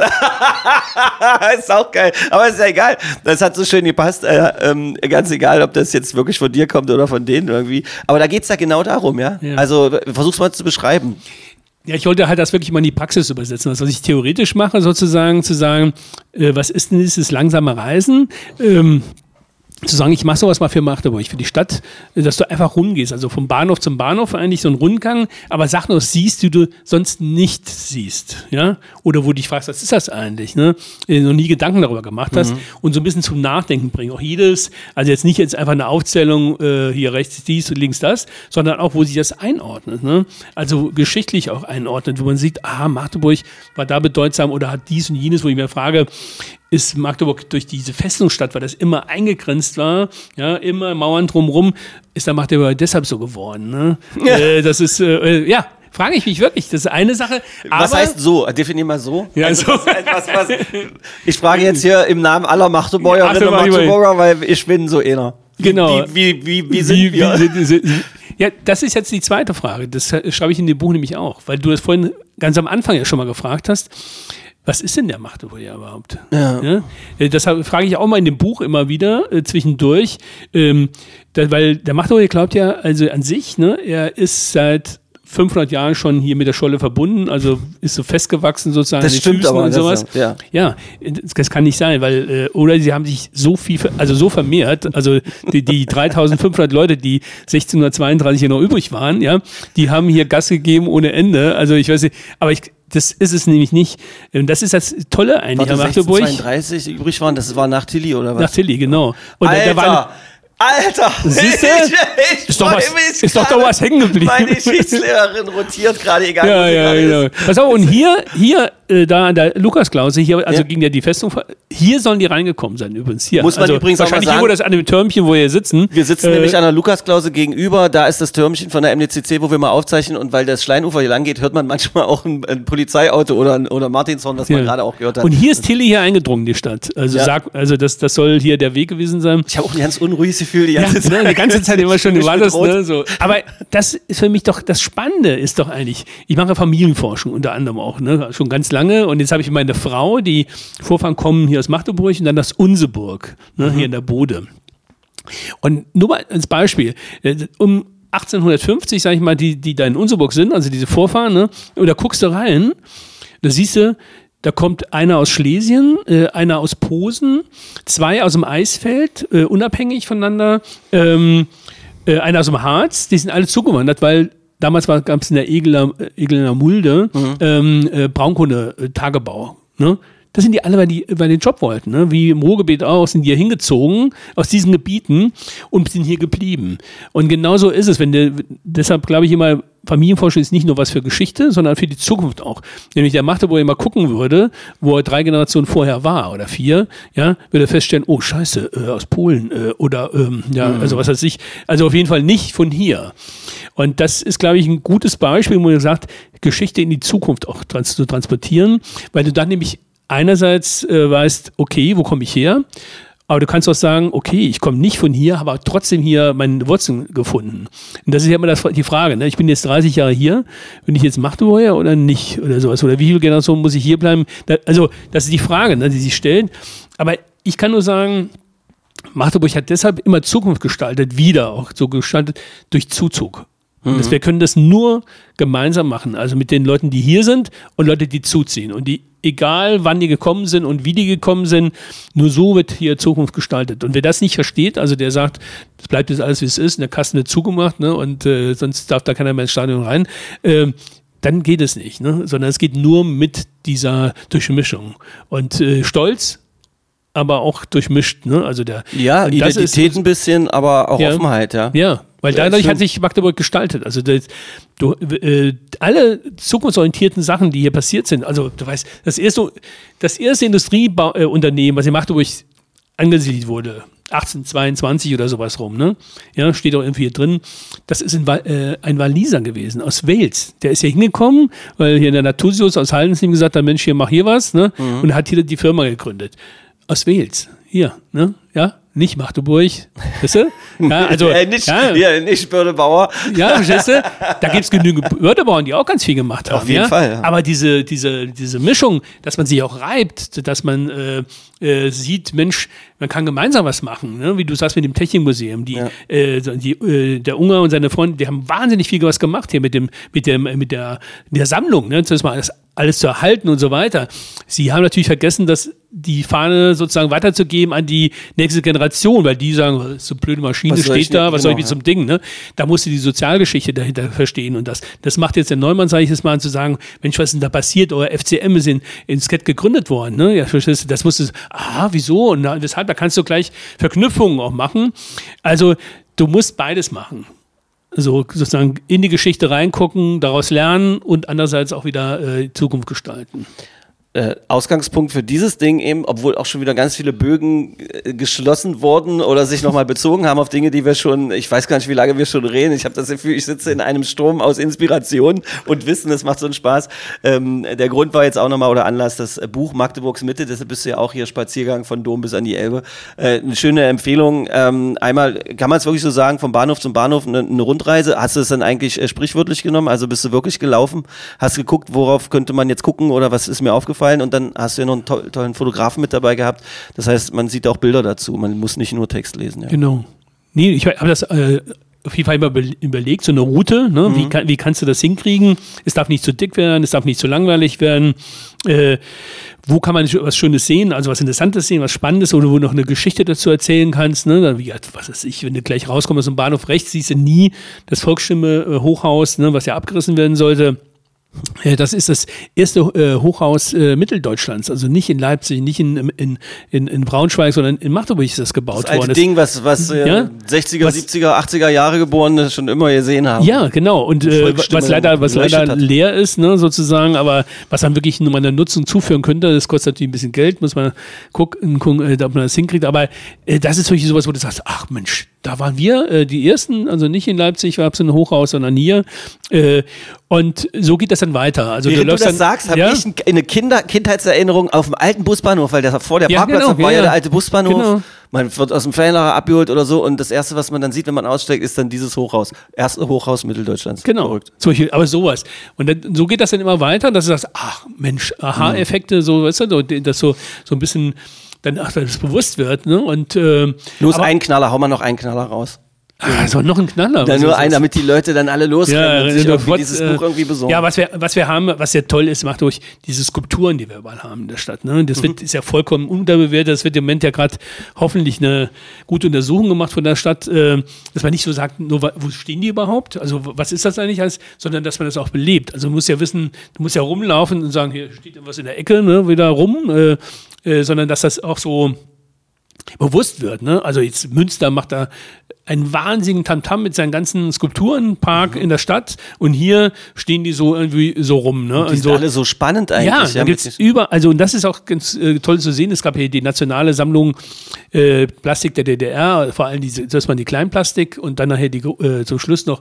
ist auch geil, aber ist ja egal. Das hat so schön gepasst. Äh, ähm, ganz egal, ob das jetzt wirklich von dir kommt oder von denen irgendwie. Aber da geht es ja genau darum, ja? ja. Also versuch's mal zu beschreiben. Ja, ich wollte halt das wirklich mal in die Praxis übersetzen. Das, was ich theoretisch mache, sozusagen, zu sagen, äh, was ist denn dieses langsame Reisen? Ähm, zu sagen, ich mache sowas mal für Magdeburg, für die Stadt, dass du einfach rumgehst, also vom Bahnhof zum Bahnhof eigentlich so ein Rundgang, aber Sachen noch siehst, die du sonst nicht siehst, ja, oder wo du dich fragst, was ist das eigentlich, ne, noch nie Gedanken darüber gemacht hast, mhm. und so ein bisschen zum Nachdenken bringen, auch jedes, also jetzt nicht jetzt einfach eine Aufzählung, äh, hier rechts dies und links das, sondern auch, wo sich das einordnet, ne, also geschichtlich auch einordnet, wo man sieht, aha, Magdeburg war da bedeutsam oder hat dies und jenes, wo ich mir frage, ist Magdeburg durch diese Festungsstadt, weil das immer eingegrenzt war, ja, immer Mauern drumherum, ist da Magdeburg deshalb so geworden. Ne? Ja. Äh, das ist, äh, ja, frage ich mich wirklich, das ist eine Sache. Aber was heißt so? Definier mal so. Ja, also, so. Was, was, was, ich frage jetzt hier im Namen aller Magdeburgerinnen ja, und Magdeburger, weil ich bin so einer. Genau. Wie, wie, wie, wie sind wie, wir? Wie, sind, ja, das ist jetzt die zweite Frage. Das schreibe ich in dem Buch nämlich auch, weil du das vorhin ganz am Anfang ja schon mal gefragt hast. Was ist denn der Magdeburger überhaupt? Ja. Ja? Deshalb frage ich auch mal in dem Buch immer wieder äh, zwischendurch, ähm, da, weil der Magdeburger glaubt ja also an sich, ne, er ist seit fünfhundert Jahren schon hier mit der Scholle verbunden, also ist so festgewachsen sozusagen. Das stimmt aber. Und sowas. Das, ja. ja, das kann nicht sein, weil, äh, oder sie haben sich so viel, also so vermehrt, also die, die dreitausendfünfhundert Leute, die sechzehnhundertzweiunddreißig hier noch übrig waren, ja, die haben hier Gas gegeben ohne Ende, also ich weiß nicht, aber ich, das ist es nämlich nicht. Und das ist das Tolle eigentlich an Magdeburg. sechzehnhundertzweiunddreißig übrig waren, das war nach Tilly oder was? Nach Tilly, genau. Und Alter! Da, da waren, Alter! Siehst du? Ich, ich ist doch was, ist doch da was hängen geblieben. Meine Geschichtslehrerin rotiert gerade, egal ja, wo sie ja, gerade genau. ist. Pass auf, und hier, hier äh, da an der Lukasklause, hier, also ja. ging ja die Festung, hier sollen die reingekommen sein übrigens. Hier. Muss man also übrigens auch mal wahrscheinlich sagen, irgendwo das an dem Türmchen, wo wir sitzen. Wir sitzen äh, nämlich an der Lukasklause gegenüber, da ist das Türmchen von der M D C C, wo wir mal aufzeichnen, und weil das Schleinufer hier lang geht, hört man manchmal auch ein, ein Polizeiauto oder ein oder Martinshorn, das ja. man gerade auch gehört hat. Und hier ist Tilly hier eingedrungen, die Stadt. Also, ja. sag, also das, das soll hier der Weg gewesen sein. Ich habe auch ein ganz unruhiges Gefühl die ganze ja, Zeit. Ne, die ganze Zeit immer schon, du war das, ne, so. Aber das ist für mich doch, das Spannende ist doch eigentlich, ich mache Familienforschung unter anderem auch, ne, schon ganz lange, und jetzt habe ich meine Frau, die Vorfahren kommen hier aus Magdeburg und dann aus Unseburg, ne, mhm. hier in der Bode. Und nur mal als Beispiel, um achtzehnhundertfünfzig, sag ich mal, die, die da in Unseburg sind, also diese Vorfahren, ne, und da guckst du rein, da siehst du, da kommt einer aus Schlesien, äh, einer aus Posen, zwei aus dem Eisfeld, äh, unabhängig voneinander, ähm, äh, einer aus dem Harz, die sind alle zugewandert, weil damals gab es in der Egeler, Egeler Mulde mhm. ähm, äh, Braunkohle-Tagebau. Ne? Das sind die alle, weil die, weil die den Job wollten. Ne? Wie im Ruhrgebiet auch, sind die hier hingezogen aus diesen Gebieten und sind hier geblieben. Und genau so ist es. Wenn der, deshalb glaube ich immer, Familienforschung ist nicht nur was für Geschichte, sondern für die Zukunft auch. Nämlich der Magdeburger mal gucken würde, wo er drei Generationen vorher war oder vier, ja, würde er feststellen, oh Scheiße, äh, aus Polen äh, oder ähm, ja, mhm. also was weiß ich. Also auf jeden Fall nicht von hier. Und das ist, glaube ich, ein gutes Beispiel, wo man sagt, Geschichte in die Zukunft auch trans- zu transportieren, weil du dann nämlich einerseits äh, weißt, okay, wo komme ich her? Aber du kannst auch sagen, okay, ich komme nicht von hier, habe trotzdem hier meine Wurzeln gefunden. Und das ist ja immer das, die Frage. Ne? Ich bin jetzt dreißig Jahre hier, bin ich jetzt Magdeburger oder nicht? Oder sowas. Oder wie viele Generationen muss ich hier bleiben? Da, also, das ist die Frage, ne, die sich stellt. Aber ich kann nur sagen, Magdeburg hat deshalb immer Zukunft gestaltet, wieder auch so gestaltet, durch Zuzug. Und das, wir können das nur gemeinsam machen, also mit den Leuten, die hier sind und Leute, die zuziehen. Und die, egal wann die gekommen sind und wie die gekommen sind, nur so wird hier Zukunft gestaltet. Und wer das nicht versteht, also der sagt, es bleibt jetzt alles, wie es ist, und der Kasten wird zugemacht, ne, und äh, sonst darf da keiner mehr ins Stadion rein, äh, dann geht es nicht, ne, sondern es geht nur mit dieser Durchmischung. Und äh, Stolz, aber auch durchmischt, ne? Also der ja, Identität ist, ein bisschen, aber auch ja, Offenheit, ja. Ja, weil ja, dadurch hat sich Magdeburg gestaltet. Also das, du, äh, alle zukunftsorientierten Sachen, die hier passiert sind, also du weißt, das erste, das erste Industrieunternehmen, was in Magdeburg angesiedelt wurde, achtzehnhundertzweiundzwanzig oder sowas rum, ne? Ja, steht auch irgendwie hier drin. Das ist ein, äh, ein Waliser gewesen aus Wales. Der ist hier hingekommen, weil hier in der Natursius aus Haldensheim gesagt hat, Mensch, hier mach hier was, ne? Mhm. Und hat hier die Firma gegründet. Aus Wales, hier, ne? Ja, nicht Magdeburg, weißt du? Ja, also, äh, nicht, ja, ja, nicht Bördebauer. Ja, verstehst du? Da gibt es genügend Bördebauern, die auch ganz viel gemacht haben. Auf jeden ja? Fall, ja. Aber diese, diese, diese Mischung, dass man sich auch reibt, dass man äh, äh, sieht, Mensch, man kann gemeinsam was machen, ne? Wie du sagst mit dem Technikmuseum. Die, ja. äh, die, äh, der Unger und seine Freunde, die haben wahnsinnig viel was gemacht hier mit, dem, mit, dem, mit der, der Sammlung, ne? Das mal alles, alles zu erhalten und so weiter. Sie haben natürlich vergessen, dass die Fahne sozusagen weiterzugeben an die nächste Generation, weil die sagen, so eine blöde Maschine was steht da, nicht, was genau, soll ich mit ja. so einem Ding, ne? Da musst du die Sozialgeschichte dahinter verstehen und das, das macht jetzt der Neumann, sage ich jetzt mal, zu sagen, Mensch, was ist denn da passiert? Euer F C M ist in, in Skett gegründet worden, ne? Ja, verstehst du, das musst du, ah, wieso? Und weshalb? Da kannst du gleich Verknüpfungen auch machen. Also, du musst beides machen. Also sozusagen in die Geschichte reingucken, daraus lernen und andererseits auch wieder äh, Zukunft gestalten. Äh, Ausgangspunkt für dieses Ding eben, obwohl auch schon wieder ganz viele Bögen äh, geschlossen wurden oder sich nochmal bezogen haben auf Dinge, die wir schon, ich weiß gar nicht, wie lange wir schon reden. Ich habe das Gefühl, ich sitze in einem Sturm aus Inspiration und Wissen, das macht so einen Spaß. Ähm, der Grund war jetzt auch nochmal, oder Anlass, das Buch Magdeburgs Mitte, deshalb bist du ja auch hier Spaziergang von Dom bis an die Elbe. Äh, eine schöne Empfehlung. Ähm, einmal, kann man es wirklich so sagen, vom Bahnhof zum Bahnhof eine, eine Rundreise. Hast du es dann eigentlich äh, sprichwörtlich genommen? Also bist du wirklich gelaufen? Hast geguckt, worauf könnte man jetzt gucken oder was ist mir aufgefallen? Und dann hast du ja noch einen to- tollen Fotografen mit dabei gehabt. Das heißt, man sieht auch Bilder dazu. Man muss nicht nur Text lesen. Ja. Genau. Nee, ich habe das äh, auf jeden Fall immer be- überlegt, so eine Route. Ne? Mhm. Wie, kann, wie kannst du das hinkriegen? Es darf nicht zu dick werden, es darf nicht zu langweilig werden. Äh, wo kann man was Schönes sehen, also was Interessantes sehen, was Spannendes oder wo du noch eine Geschichte dazu erzählen kannst. Ne? Dann, wie, was weiß ich, wenn du gleich rauskommst aus dem Bahnhof rechts, siehst du nie das Volksstimme-Hochhaus, ne, was ja abgerissen werden sollte. Das ist das erste äh, Hochhaus äh, Mitteldeutschlands, also nicht in Leipzig, nicht in, in, in, in Braunschweig, sondern in Magdeburg ist das gebaut das alte worden. Ding, was, was äh, ja? sechziger, was, siebziger, achtziger Jahre Geborene schon immer gesehen haben. Ja, genau. Und äh, was leider, was leider leer ist, ne, sozusagen, aber was dann wirklich nur mal eine Nutzung zuführen könnte, das kostet natürlich ein bisschen Geld, muss man gucken, gucken äh, ob man das hinkriegt. Aber äh, das ist wirklich sowas, wo du sagst, ach Mensch, da waren wir äh, die Ersten, also nicht in Leipzig gab es ein Hochhaus, sondern hier. Äh, und so geht das dann weiter. Also Während du, du das dann, sagst, habe ja? ich eine Kinder Kindheitserinnerung auf dem alten Busbahnhof, weil der, vor der Ja, Parkplatz genau, war ja, ja der ja. alte Busbahnhof. Genau. Man wird aus dem Ferienlager abgeholt oder so und das Erste, was man dann sieht, wenn man aussteigt, ist dann dieses Hochhaus. Erste Hochhaus Mitteldeutschlands. Genau, Verrückt. zum Beispiel, aber sowas. Und dann, so geht das dann immer weiter, dass du sagst, ach Mensch, Aha-Effekte, so, weißt du, dass so, so ein bisschen dann ach, das bewusst wird. Ne? Und, äh, Los, aber, ein Knaller, hau mal noch einen Knaller raus. Ah, so noch ein Knaller. Dann was nur ist einen, das? damit die Leute dann alle losrennen Ja, und sich du irgendwie fort, dieses äh, Buch irgendwie besorgen. Ja, was wir, was wir haben, was ja toll ist, macht durch diese Skulpturen, die wir überall haben in der Stadt. Ne? Das wird, ist ja vollkommen unterbewertet. Das wird im Moment ja gerade hoffentlich eine gute Untersuchung gemacht von der Stadt, äh, dass man nicht so sagt, nur wo stehen die überhaupt? Also was ist das eigentlich alles? Sondern dass man das auch belebt. Also du musst ja wissen, du musst ja rumlaufen und sagen, hier steht irgendwas in der Ecke, ne, wieder rum, äh, äh, sondern dass das auch so bewusst wird. Ne? Also jetzt Münster macht da einen wahnsinnigen Tamtam mit seinen ganzen Skulpturenpark mhm. in der Stadt und hier stehen die so irgendwie so rum. Ne? Und die sind so, alle so spannend eigentlich. Ja, ja da gibt es über, also und das ist auch ganz äh, toll zu sehen, es gab hier die nationale Sammlung äh, Plastik der D D R, vor allem diese, das waren die Kleinplastik und dann nachher die, äh, zum Schluss noch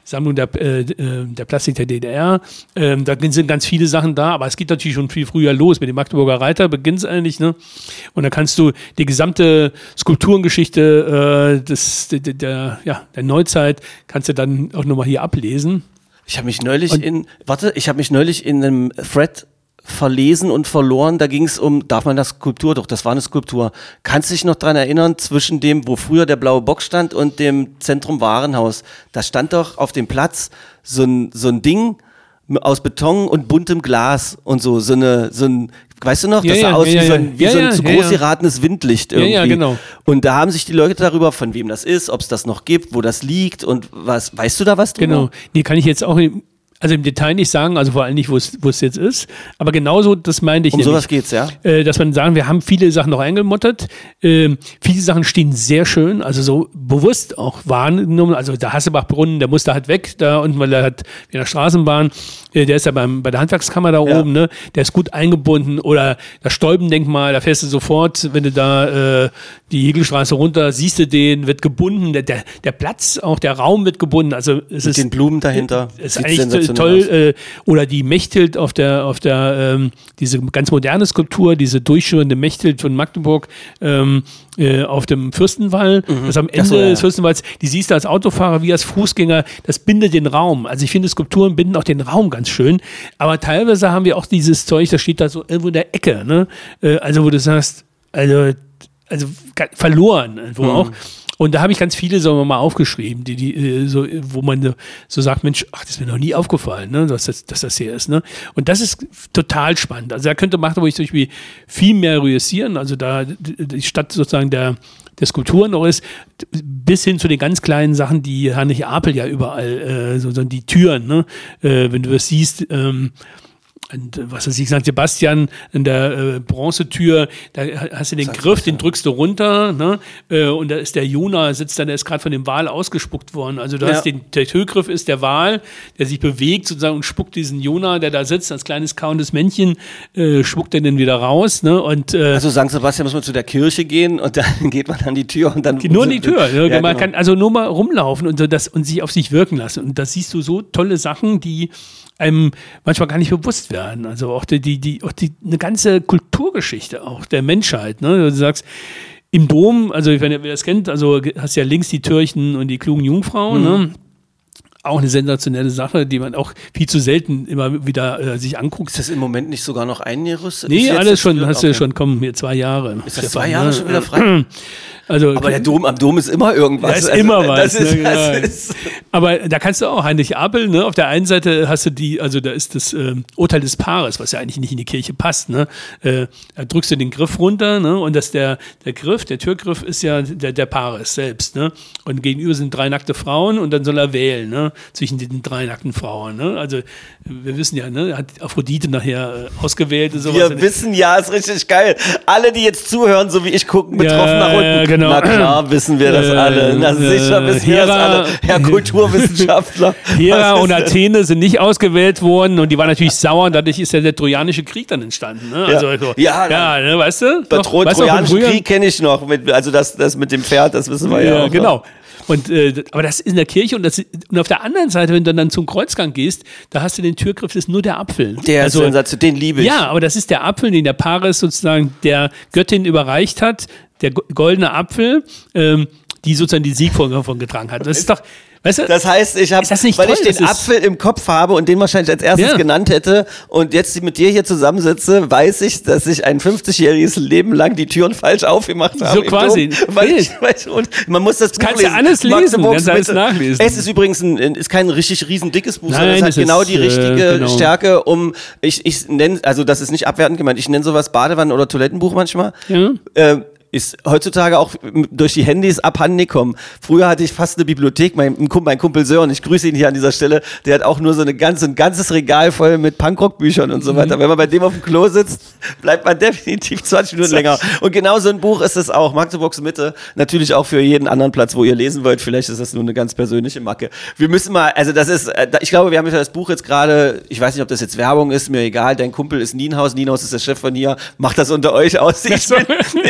Sammlung der, äh, der Plastik der D D R. Ähm, da sind ganz viele Sachen da, aber es geht natürlich schon viel früher los. Mit dem Magdeburger Reiter beginnt es eigentlich. Ne? Und da kannst du die gesamte Skulpturengeschichte äh, des, der, der, ja, der Neuzeit kannst du dann auch nochmal hier ablesen. Ich habe mich neulich Und- in, warte, ich habe mich neulich in einem Thread verlesen und verloren. Da ging es um, darf man das Skulptur, doch, das war eine Skulptur. Kannst du dich noch dran erinnern, zwischen dem, wo früher der blaue Bock stand und dem Zentrum Warenhaus? Da stand doch auf dem Platz so ein, so ein Ding aus Beton und buntem Glas und so, so eine, so ein, weißt du noch, Ja, das sah ja, aus ja, wie ja, so ein, wie ja, so ein ja, zu ja, groß ja. geratenes Windlicht Ja, irgendwie. ja, genau. Und da haben sich die Leute darüber, von wem das ist, ob es das noch gibt, wo das liegt und was, weißt du da was drüber? Genau. Nee, kann ich jetzt auch im, also im Detail nicht sagen, also vor allem nicht, wo es wo es jetzt ist. Aber genauso, das meinte ich Um nämlich. sowas geht's, ja? Äh, dass man sagen, wir haben viele Sachen noch eingemottert. Ähm, viele Sachen stehen sehr schön, also so bewusst auch wahrgenommen. Also der Hassebachbrunnen, der musste halt weg da unten, weil er hat wie in der Straßenbahn, äh, der ist ja beim, bei der Handwerkskammer da Ja. oben, ne? Der ist gut eingebunden. Oder das Stolbendenkmal, da fährst du sofort, wenn du da äh, die Hegelstraße runter, siehst du den, wird gebunden. Der, der, der Platz, auch der Raum wird gebunden. Also es Mit ist den Blumen dahinter. ist Sieht eigentlich sensationell toll. aus. Äh, oder die Mechthild auf der, auf der ähm, diese ganz moderne Skulptur, diese durchschwirrende Mechthild von Magdeburg ähm, äh, auf dem Fürstenwall. Das am Ende Ach so, ja, ja. des Fürstenwalls, die siehst du als Autofahrer wie als Fußgänger, das bindet den Raum. Also ich finde, Skulpturen binden auch den Raum ganz schön. Aber teilweise haben wir auch dieses Zeug, das steht da so irgendwo in der Ecke. Ne? Äh, also wo du sagst, also, also ga- verloren irgendwo auch. Und da habe ich ganz viele, sagen wir mal, aufgeschrieben, die, die, äh, so, wo man so- so sagt, Mensch, ach, das ist mir noch nie aufgefallen, ne, dass, das, dass das hier ist. Ne? Und das ist total spannend. Also da könnte Magdeburg zum Beispiel viel mehr reüssieren, also da die die Stadt sozusagen der, der Skulpturen noch ist, bis hin zu den ganz kleinen Sachen, die Heinrich Apel ja überall, äh, sozusagen die Türen, ne? äh, wenn du das siehst, ähm, und äh, was weiß ich, Sankt Sebastian in der äh, Bronzetür, da ha- hast du den Griff, den drückst du runter, ne? äh, und da ist der Jona, sitzt dann, der ist gerade von dem Wal ausgespuckt worden. Also du Ja. hast den, der Türgriff ist der Wal, der sich bewegt sozusagen und spuckt diesen Jona, der da sitzt, als kleines kauendes Männchen, äh, spuckt er dann wieder raus. Ne? Und äh, Also Sankt Sebastian muss man zu der Kirche gehen und dann geht man an die Tür und dann... nur an die Tür. Ne? Ja, man genau. kann also nur mal rumlaufen und, so das, und sich auf sich wirken lassen. Und da siehst du so tolle Sachen, die einem manchmal gar nicht bewusst werden. Also auch die, die, die, auch die eine ganze Kulturgeschichte auch der Menschheit. Ne? Du sagst, im Dom, also wenn ihr wer das kennt, also hast ja links die Türchen und die klugen Jungfrauen, ne? Auch eine sensationelle Sache, die man auch viel zu selten immer wieder äh, sich anguckt. Ist das im Moment nicht sogar noch eingerüstet? Ist Nee, jetzt alles das schon, früher- hast du okay. schon, komm, hier zwei Jahre. Ist das zwei Jahre schon wieder frei? Also, Aber der Dom, am Dom ist immer irgendwas. Da ist Also, immer was. Das ist, ne, das genau. ist, Aber da kannst du auch Heinrich Apel, ne? Auf der einen Seite hast du die, also da ist das ähm, Urteil des Paares, was ja eigentlich nicht in die Kirche passt, ne? Äh, da drückst du den Griff runter, ne? Und das der, der Griff, der Türgriff ist ja der, der Paares selbst, ne? Und gegenüber sind drei nackte Frauen und dann soll er wählen, ne? Zwischen den drei nackten Frauen, ne? Also wir wissen ja, ne? Hat Aphrodite nachher äh, ausgewählt und sowas. wir wissen ja, ist richtig geil. Alle, die jetzt zuhören, so wie ich, gucken betroffen Ja, nach unten. ja, genau. Na klar, wissen wir das Äh, alle. Na äh, sicher wissen wir das Hera- alle. Herr Kulturwissenschaftler. Hera Was und ist- Athene sind nicht ausgewählt worden und die waren natürlich sauer und dadurch ist ja der Trojanische Krieg dann entstanden. Ne? Ja. Also, so, Ja, ja ne, weißt du? Bei Noch- Tro weißt du noch von Trojanischen früher? Krieg kenne ich noch. Mit, also das, das mit dem Pferd, das wissen wir ja, Ja, auch. genau. Und, äh, aber das ist in der Kirche und, das, und auf der anderen Seite, wenn du dann zum Kreuzgang gehst, da hast du den Türgriff, das ist nur der Apfel. Der also, Sensation, den liebe ich. ja, aber das ist der Apfel, den der Paris sozusagen der Göttin überreicht hat, der go- goldene Apfel, ähm, die sozusagen die Siegfolge davon getragen hat. Das ist doch, weißt du, Das heißt, ich habe, Ist das nicht weil toll? ich den Das ist- Apfel im Kopf habe und den wahrscheinlich als erstes Ja. genannt hätte und jetzt mit dir hier zusammensitze, weiß ich, dass ich ein fünfzigjähriges Leben lang die Türen falsch aufgemacht habe. So im quasi. Dom, weil Nee. ich, weil ich, und man muss das Buch kannst du lesen. alles lesen, Magdeburgs kannst du alles Mitte. nachlesen. Es ist übrigens ein, ist kein richtig riesen dickes Buch, sondern Nein, es hat es genau ist, die äh, richtige genau. Stärke, um, ich, ich nenne, also das ist nicht abwertend gemeint, ich nenne sowas Badewannen- oder Toilettenbuch manchmal. Ja. Ähm, ist heutzutage auch durch die Handys abhanden gekommen. Früher hatte ich fast eine Bibliothek, mein, mein Kumpel Sören, ich grüße ihn hier an dieser Stelle, der hat auch nur so eine ganze, ein ganzes Regal voll mit Punkrock-Büchern und so weiter. Wenn man bei dem auf dem Klo sitzt, bleibt man definitiv zwanzig Minuten länger. Und genau so ein Buch ist es auch, Magdeburgs Mitte, natürlich auch für jeden anderen Platz, wo ihr lesen wollt, vielleicht ist das nur eine ganz persönliche Macke. Wir müssen mal, also das ist, äh, ich glaube, wir haben ja das Buch jetzt gerade, ich weiß nicht, ob das jetzt Werbung ist, mir egal, dein Kumpel ist Nienhaus, Nienhaus ist der Chef von hier, macht das unter euch aus. Ich bin, ich bin hier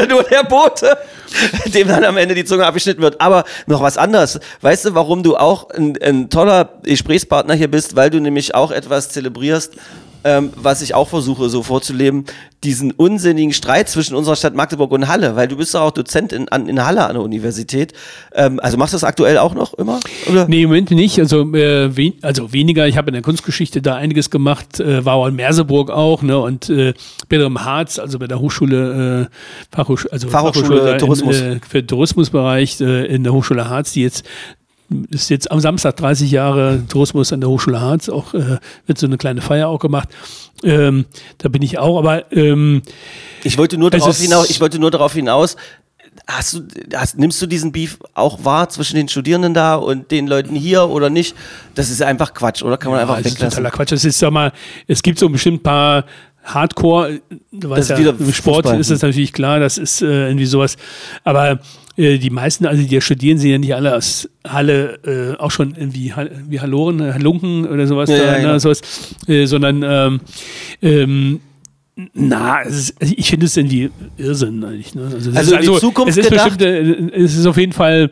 ja nur der Bote, dem dann am Ende die Zunge abgeschnitten wird. Aber noch was anderes. Weißt du, warum du auch ein, ein toller Gesprächspartner hier bist? Weil du nämlich auch etwas zelebrierst, ähm, was ich auch versuche so vorzuleben, diesen unsinnigen Streit zwischen unserer Stadt Magdeburg und Halle, weil du bist doch auch Dozent in, an, in Halle an der Universität. Ähm, also machst du das aktuell auch noch immer? Oder? Nee, im Moment nicht. Also, äh, wen, also weniger. Ich habe in der Kunstgeschichte da einiges gemacht, äh, war auch in Merseburg auch, ne? Und äh, bin im Harz, also bei der Hochschule, äh, Fachhochschule, also Fachhochschule Fachhochschule Tourismus. In, äh, für Tourismusbereich äh, in der Hochschule Harz, die jetzt ist jetzt am Samstag dreißig Jahre Tourismus an der Hochschule Harz, auch äh, wird so eine kleine Feier auch gemacht. Ähm, da bin ich auch, aber ähm, ich wollte nur darauf ist- hinaus, ich wollte nur darauf hinaus, hast du, hast, nimmst du diesen Beef auch wahr zwischen den Studierenden da und den Leuten hier oder nicht? Das ist einfach Quatsch, oder? Kann man einfach das ist weglassen. totaler Quatsch. Das ist, sag mal, es gibt so bestimmt ein paar Hardcore, du weißt ist ja, wieder im Sport Fußball. ist das natürlich klar, das ist äh, irgendwie sowas, aber äh, die meisten, also die studieren, sind ja nicht alle aus Halle, äh, auch schon irgendwie Ha- wie Halloren, äh, Halunken oder sowas, Ja, da, ja, ne, genau. sowas äh, sondern ähm, ähm, na, es ist, also ich finde es irgendwie Irrsinn eigentlich. Ne? Also, es Also ist in die Zukunft es ist gedacht? bestimmt, äh, es ist auf jeden Fall.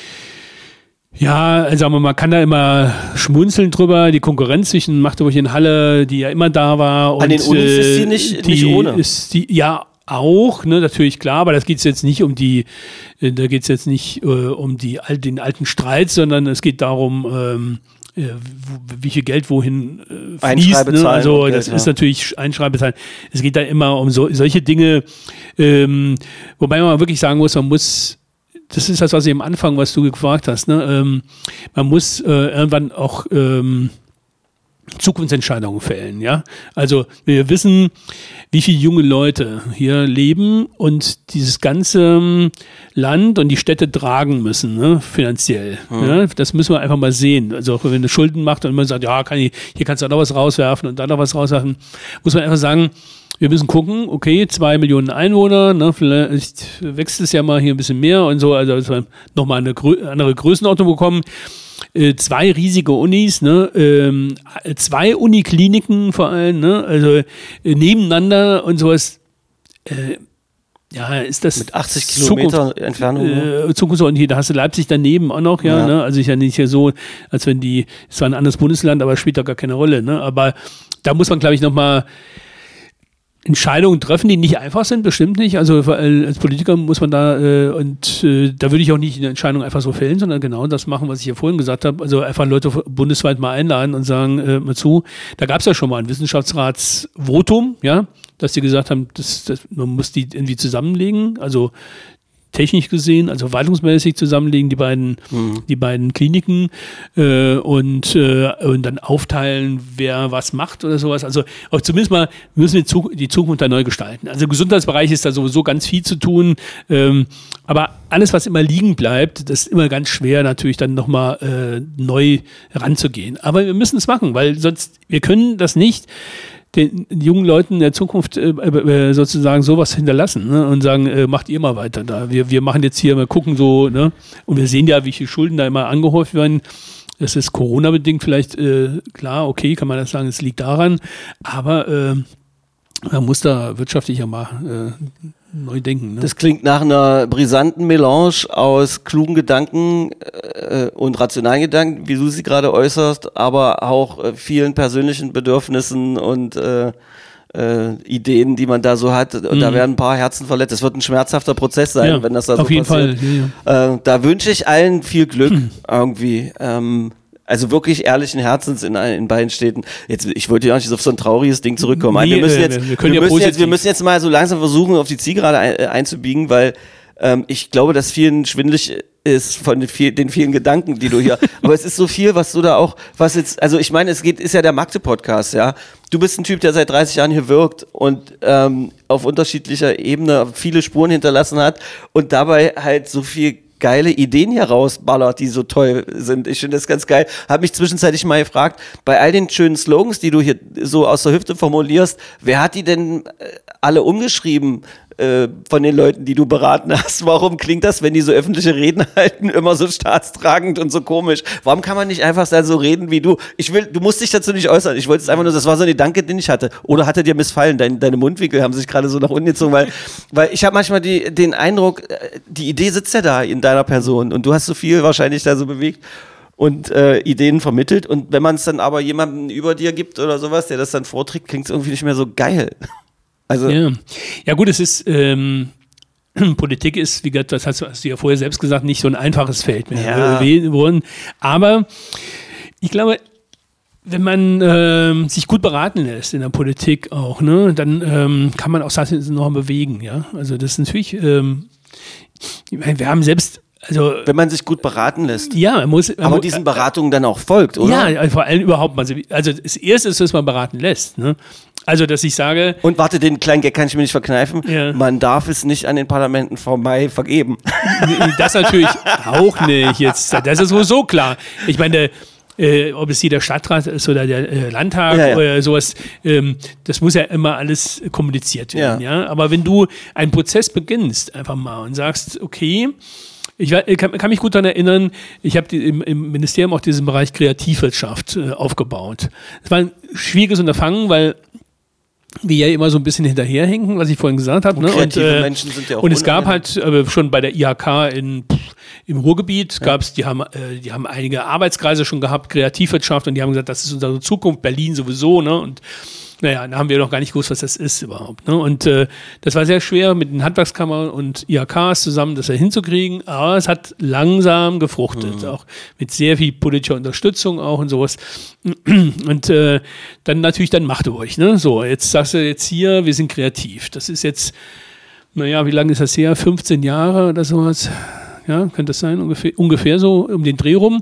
Ja, sagen wir mal, man kann da immer schmunzeln drüber. Die Konkurrenz zwischen Magdeburg und Halle, die ja immer da war. Und, An den Unis ist die äh, nicht- die nicht ohne. Ist die, ja, auch, ne, natürlich klar, aber das geht jetzt nicht um die, äh, da geht es jetzt nicht äh, um die, al- den alten Streit, sondern es geht darum, ähm, äh, wo, wie viel Geld wohin äh, fließt. Ne? Einschreibezahlen Also und das Geld, ist ja. natürlich Einschreibezahlen. Es geht da immer um so, solche Dinge, ähm, wobei man wirklich sagen muss, man muss das ist das, was ich am Anfang, was du gefragt hast. Ne? Ähm, man muss äh, irgendwann auch ähm, Zukunftsentscheidungen fällen. Ja? Also wir wissen, wie viele junge Leute hier leben und dieses ganze ähm, Land und die Städte tragen müssen, ne? finanziell. Ja? Das müssen wir einfach mal sehen. Also auch wenn du Schulden macht und man sagt, ja, kann ich, hier kannst du auch noch was rauswerfen und da noch was rauswerfen, muss man einfach sagen, wir müssen gucken, okay, zwei Millionen Einwohner, ne, vielleicht wächst es ja mal hier ein bisschen mehr und so, also dass wir nochmal eine grö- andere Größenordnung bekommen. Äh, zwei riesige Unis, ne, ähm, zwei Unikliniken vor allem, ne, also äh, nebeneinander und sowas. Äh, ja, ist das Mit achtzig Kilometer Entfernung. äh, Zukunftsorientiert. Da hast du Leipzig daneben auch noch, ja, Ja. ne? Also ist ja nicht hier so, als wenn die, es war ein anderes Bundesland, aber spielt da gar keine Rolle, ne? Aber da muss man, glaube ich, nochmal Entscheidungen treffen, die nicht einfach sind, bestimmt nicht. Also weil als Politiker muss man da äh, und äh, da würde ich auch nicht eine Entscheidung einfach so fällen, sondern genau das machen, was ich ja vorhin gesagt habe. Also einfach Leute bundesweit mal einladen und sagen, äh, mal zu, da gab es ja schon mal ein Wissenschaftsratsvotum, ja, dass die gesagt haben, das, das, man muss die irgendwie zusammenlegen, also technisch gesehen, also verwaltungsmäßig zusammenlegen, die beiden, Mhm. die beiden Kliniken äh, und, äh, und dann aufteilen, wer was macht oder sowas. Also auch zumindest mal müssen wir Zug- die Zukunft da neu gestalten. Also im Gesundheitsbereich ist da sowieso ganz viel zu tun, ähm, aber alles, was immer liegen bleibt, das ist immer ganz schwer natürlich dann nochmal äh, neu ranzugehen. Aber wir müssen es machen, weil sonst, wir können das nicht den jungen Leuten der Zukunft äh, äh, sozusagen sowas hinterlassen, ne? Und sagen, äh, macht ihr mal weiter da. Wir, wir machen jetzt hier, wir gucken so, ne? Und wir sehen ja, wie viele Schulden da immer angehäuft werden. Das ist Corona-bedingt vielleicht, äh, klar, okay, kann man das sagen, es liegt daran, aber äh, man muss da wirtschaftlich ja mal äh, neu denken. Ne? Das klingt nach einer brisanten Melange aus klugen Gedanken äh, und rationalen Gedanken, wie du sie gerade äußerst, aber auch äh, vielen persönlichen Bedürfnissen und äh, äh, Ideen, die man da so hat. Und Mhm. da werden ein paar Herzen verletzt. Es wird ein schmerzhafter Prozess sein, Ja, wenn das da so auf jeden passiert. Fall. Ja, ja. Äh, da wünsche ich allen viel Glück irgendwie. Ähm, also wirklich ehrlichen Herzens in, in beiden Städten. Jetzt, ich wollte ja nicht auf so ein trauriges Ding zurückkommen. Nee, wir müssen äh, jetzt, wir können ja müssen jetzt, wir positiv. müssen jetzt mal so langsam versuchen, auf die Zielgerade ein, äh, einzubiegen, weil ähm, ich glaube, dass vielen schwindelig ist von den, viel, den vielen Gedanken, die du hier, aber es ist so viel, was du da auch, was jetzt, also ich meine, es geht, ist ja der Magde-Podcast, ja. Du bist ein Typ, der seit dreißig Jahren hier wirkt und ähm, auf unterschiedlicher Ebene viele Spuren hinterlassen hat und dabei halt so viel geile Ideen hier rausballert, die so toll sind. Ich finde das ganz geil. Habe mich zwischenzeitlich mal gefragt, bei all den schönen Slogans, die du hier so aus der Hüfte formulierst, wer hat die denn äh, alle umgeschrieben? äh, von den Leuten, die du beraten hast. Warum klingt das, wenn die so öffentliche Reden halten, immer so staatstragend und so komisch? Warum kann man nicht einfach so reden wie du? Ich will, du musst dich dazu nicht äußern. Ich wollte es einfach nur, das war so ein Gedanke, den ich hatte. Oder hatte dir missfallen? Dein, deine Mundwinkel haben sich gerade so nach unten gezogen, weil, weil ich habe manchmal die, den Eindruck, die Idee sitzt ja da in deiner Person und du hast so viel wahrscheinlich da so bewegt und äh, Ideen vermittelt. Und wenn man es dann aber jemandem über dir gibt oder sowas, der das dann vorträgt, klingt es irgendwie nicht mehr so geil. Also ja. ja gut, es ist ähm, Politik ist, wie gesagt, das hast du, hast du ja vorher selbst gesagt, nicht so ein einfaches Feld mehr Ja. geworden. Aber ich glaube, wenn man ähm, sich gut beraten lässt in der Politik auch, ne, dann ähm, kann man auch Sachen noch bewegen. Ja? Also das ist natürlich, ähm, ich meine, wir haben selbst Also, wenn man sich gut beraten lässt. ja, man muss. Man Aber mu- diesen Beratungen dann auch folgt, oder? Ja, vor allem überhaupt mal. Also, das Erste ist, dass man beraten lässt. Ne? Also, dass ich sage. Und warte, den kleinen Gag kann ich mir nicht verkneifen. Ja. Man darf es nicht an den Parlamenten vorbei vergeben. Das natürlich auch nicht. Jetzt, das ist sowieso klar. Ich meine, äh, ob es hier der Stadtrat ist oder der äh, Landtag Ja, ja. oder sowas, ähm, das muss ja immer alles kommuniziert werden. Ja. Ja. Aber wenn du einen Prozess beginnst, einfach mal und sagst, okay, ich wa- kann, kann mich gut daran erinnern, ich habe im, im Ministerium auch diesen Bereich Kreativwirtschaft äh, aufgebaut. Es war ein schwieriges Unterfangen, weil wir ja immer so ein bisschen hinterherhinken, was ich vorhin gesagt habe. Und Ne? kreative Menschen sind ja auch Und es gab unangenehm. halt äh, schon bei der I H K in, pff, im Ruhrgebiet, gab's, die, haben, äh, die haben einige Arbeitskreise schon gehabt, Kreativwirtschaft, und die haben gesagt, das ist unsere Zukunft, Berlin sowieso. Ne? Und naja, da haben wir noch gar nicht gewusst, was das ist überhaupt. Ne? Und äh, das war sehr schwer, mit den Handwerkskammern und I H Ks zusammen das ja hinzukriegen, aber es hat langsam gefruchtet, auch mit sehr viel politischer Unterstützung auch und sowas. Und äh, dann natürlich, dann macht ihr euch. Ne? So, jetzt sagst du jetzt hier, wir sind kreativ. Das ist jetzt, naja, wie lange ist das her? fünfzehn Jahre oder sowas? Ja, könnte das sein? Ungefähr, ungefähr so um den Dreh rum.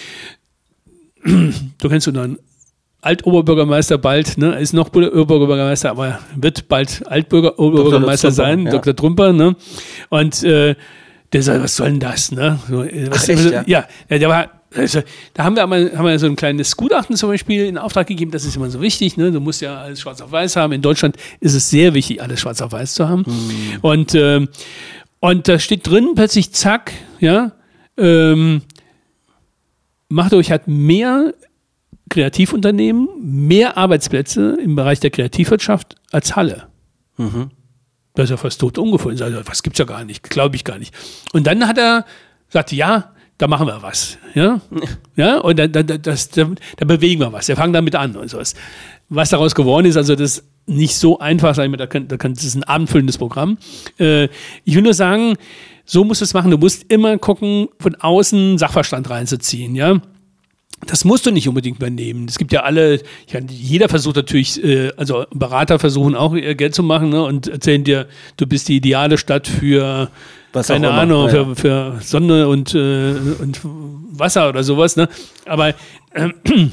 Du kennst du dann Altoberbürgermeister bald, ne, ist noch Oberbürgermeister, aber wird bald Altbürgermeister Doktor sein, Trümper, ja. Doktor Trümper, ne? Und äh, der sagt, was soll denn das, ne? So, äh, was, Ach, echt, ja? ja, ja, der war, also, da haben wir aber haben wir so ein kleines Gutachten zum Beispiel in Auftrag gegeben, das ist immer so wichtig, ne? Du musst ja alles schwarz auf weiß haben. In Deutschland ist es sehr wichtig, alles schwarz auf weiß zu haben. Mhm. Und, ähm, und da steht drin, plötzlich zack, ja, ähm, macht euch halt mehr Kreativunternehmen, mehr Arbeitsplätze im Bereich der Kreativwirtschaft als Halle. Mhm. Das ist ja fast tot umgefallen. Also, was gibt's ja gar nicht, glaube ich gar nicht. Und dann hat er gesagt, ja, da machen wir was. Ja, ja, und da, da, das, da, da bewegen wir was. Wir fangen damit an und sowas. Was daraus geworden ist, also das ist nicht so einfach, sag ich mal, da kann, da kann, das ist ein abendfüllendes Programm. Äh, ich will nur sagen, so musst du es machen. Du musst immer gucken, von außen Sachverstand reinzuziehen, ja. Das musst du nicht unbedingt übernehmen. Es gibt ja alle, ja, jeder versucht natürlich, äh, also Berater versuchen auch ihr Geld zu machen, ne, und erzählen dir, du bist die ideale Stadt für, Was auch keine immer. Ahnung, Ja, ja. für, für Sonne und, äh, und Wasser oder sowas. Ne? Aber äh,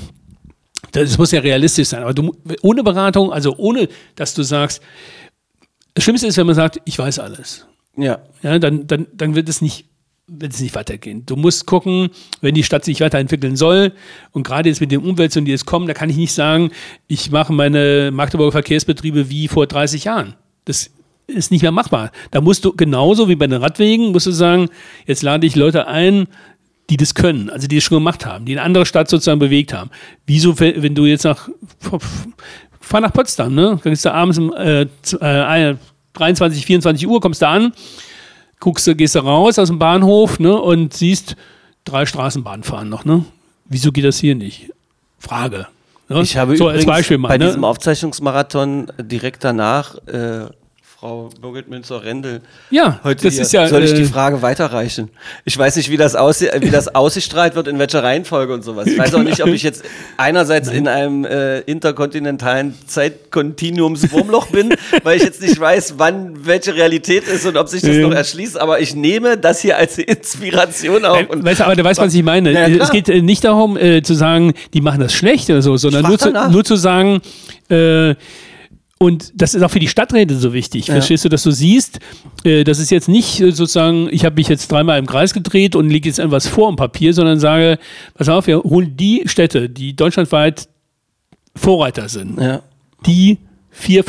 das muss ja realistisch sein. Aber du, ohne Beratung, also ohne, dass du sagst, das Schlimmste ist, wenn man sagt, ich weiß alles. Ja. Ja, dann, dann, dann wird es nicht wird es nicht weitergehen. Du musst gucken, wenn die Stadt sich weiterentwickeln soll, und gerade jetzt mit den Umwälzungen, die jetzt kommen, da kann ich nicht sagen, ich mache meine Magdeburger Verkehrsbetriebe wie vor dreißig Jahren. Das ist nicht mehr machbar. Da musst du genauso wie bei den Radwegen, musst du sagen, jetzt lade ich Leute ein, die das können, also die es schon gemacht haben, die eine andere Stadt sozusagen bewegt haben. Wieso, wenn du jetzt nach, fahr nach Potsdam, ne? Dann gehst du abends um äh, äh, dreiundzwanzig, vierundzwanzig Uhr, kommst du an, guckst du, gehst du raus aus dem Bahnhof, ne, und siehst drei Straßenbahnen fahren noch, ne? Wieso geht das hier nicht? Frage. Ne? Ich habe so übrigens als Beispiel mal, bei ne? diesem Aufzeichnungsmarathon direkt danach äh, Frau Birgit Münzer-Rendel Ja, heute das hier. ist ja, Soll ich die äh, Frage weiterreichen? Ich weiß nicht, wie das, aussie wie das ausgestrahlt wird, in welcher Reihenfolge und sowas. Ich weiß auch nicht, ob ich jetzt einerseits in einem äh, interkontinentalen Zeitkontinuumswurmloch bin, weil ich jetzt nicht weiß, wann welche Realität ist und ob sich das Ja. noch erschließt, aber ich nehme das hier als Inspiration auf. Und Weißt, du, aber du weißt, was ich meine. Ja, klar. Es geht äh, nicht darum, äh, zu sagen, die machen das schlecht oder so, sondern frag nur zu, danach. nur zu sagen, äh, und das ist auch für die Stadträte so wichtig. Ja. Verstehst du, dass du siehst, äh, das ist jetzt nicht äh, sozusagen, ich habe mich jetzt dreimal im Kreis gedreht und lege jetzt etwas vor im Papier, sondern sage, pass auf, wir holen die Städte, die deutschlandweit Vorreiter sind, ja. die vier, fünf Schl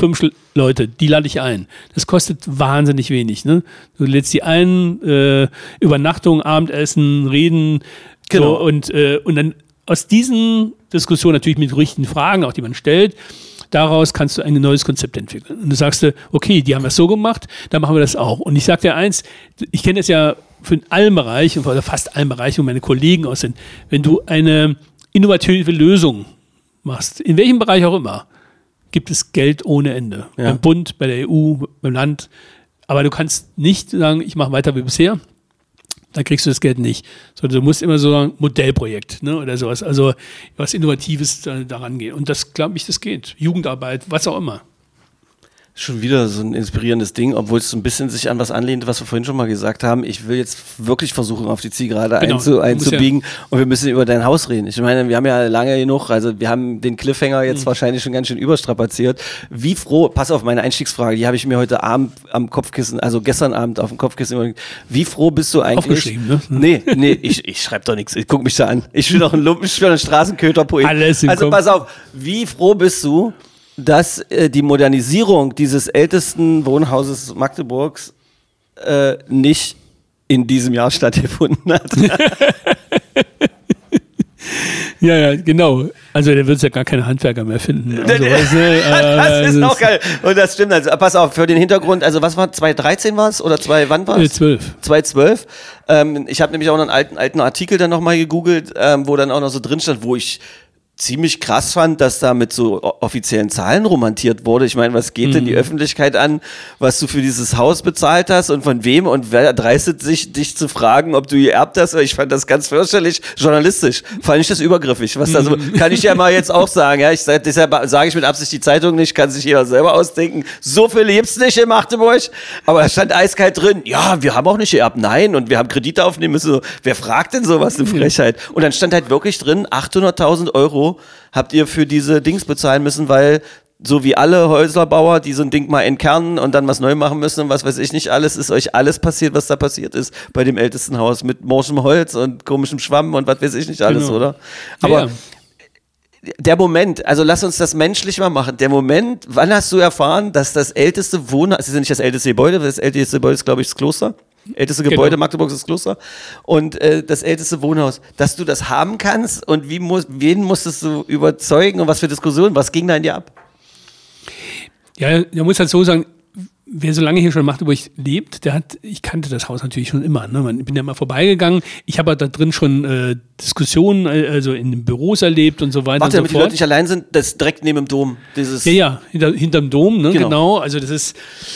Leute, die lade ich ein. Das kostet wahnsinnig wenig. Ne? Du lädst die ein, äh, Übernachtung, Abendessen, Reden. Genau. So, und, äh, und dann aus diesen Diskussionen natürlich mit richtigen Fragen, auch die man stellt, daraus kannst du ein neues Konzept entwickeln. Und du sagst, okay, die haben das so gemacht, dann machen wir das auch. Und ich sage dir eins, ich kenne das ja für allen Bereichen, oder fast allen Bereichen, wo meine Kollegen aus sind, wenn du eine innovative Lösung machst, in welchem Bereich auch immer, gibt es Geld ohne Ende. Ja. Beim Bund, bei der E U, beim Land. Aber du kannst nicht sagen, ich mache weiter wie bisher, dann kriegst du das Geld nicht. Sondern du musst immer so ein Modellprojekt, ne, oder sowas, also was Innovatives da, daran gehen. Und das, glaube ich, das geht. Jugendarbeit, was auch immer. Schon wieder so ein inspirierendes Ding, obwohl es so ein bisschen sich an was anlehnt, was wir vorhin schon mal gesagt haben. Ich will jetzt wirklich versuchen, auf die Zielgerade Genau, einzu, du musst einzubiegen und wir müssen über dein Haus reden. Ich meine, wir haben ja lange genug, also wir haben den Cliffhanger jetzt mhm. wahrscheinlich schon ganz schön überstrapaziert. Wie froh, pass auf, meine Einstiegsfrage, die habe ich mir heute Abend am Kopfkissen, also gestern Abend auf dem Kopfkissen überlegt. Wie froh bist du eigentlich? Aufgeschrieben, ne? Nee, nee, ich, ich schreibe doch nichts, ich guck mich da an. Ich bin doch ein Lumpen, ich bin ein Straßenköter-Poet. Alles im Also Kopf. pass auf, wie froh bist du, dass äh, die Modernisierung dieses ältesten Wohnhauses Magdeburgs äh, nicht in diesem Jahr stattgefunden hat. Ja, ja, genau. Also der wird es ja gar keine Handwerker mehr finden. Also, weißt du, äh, das ist das auch geil. Und das stimmt. Also pass auf, für den Hintergrund, also was war, zwanzig dreizehn war es? Oder zwei, wann war Äh, es? zwölf. zwanzig zwölf. Ähm, ich habe nämlich auch noch einen alten, alten Artikel dann nochmal gegoogelt, ähm, wo dann auch noch so drin stand, wo ich ziemlich krass fand, dass da mit so offiziellen Zahlen romantiert wurde. Ich meine, was geht mhm. denn die Öffentlichkeit an, was du für dieses Haus bezahlt hast und von wem und wer dreistet sich, dich zu fragen, ob du geerbt hast? Ich fand das ganz fürchterlich journalistisch. Fand ich das übergriffig. Was da so, kann ich ja mal jetzt auch sagen. Ja, ich, deshalb sage ich mit Absicht die Zeitung nicht, kann sich jeder selber ausdenken. So viel lebt's nicht in Magdeburg. Aber da stand eiskalt drin, ja, wir haben auch nicht geerbt. Nein, und wir haben Kredite aufnehmen müssen. So, wer fragt denn sowas? Eine Frechheit. Und dann stand halt wirklich drin, achthunderttausend Euro habt ihr für diese Dings bezahlen müssen, weil so wie alle Häuserbauer, die so ein Ding mal entkernen und dann was neu machen müssen und was weiß ich nicht alles, ist euch alles passiert, was da passiert ist bei dem ältesten Haus mit morschem Holz und komischem Schwamm und was weiß ich nicht alles, genau. Oder? Aber ja. Der Moment, also lass uns das menschlich mal machen, der Moment, wann hast du erfahren, dass das älteste Wohnhaus, es ist ja nicht das älteste Gebäude, das älteste Gebäude ist, glaube ich, das Kloster. Älteste Gebäude genau. Magdeburgs ist das Kloster und äh, das älteste Wohnhaus, dass du das haben kannst und wie muss, wen musstest du überzeugen und was für Diskussionen, was ging da in dir ab? Ja, man muss halt so sagen, wer so lange hier schon in Magdeburg lebt, der hat, ich kannte das Haus natürlich schon immer, ne? Ich bin ja mal vorbeigegangen, ich habe da drin schon äh, Diskussionen, also in den Büros erlebt und so weiter. Warte, und so damit fort. die Leute nicht allein sind, das ist direkt neben dem Dom. Dieses ja, ja, hinter, hinterm Dom, ne? Genau. genau, also das ist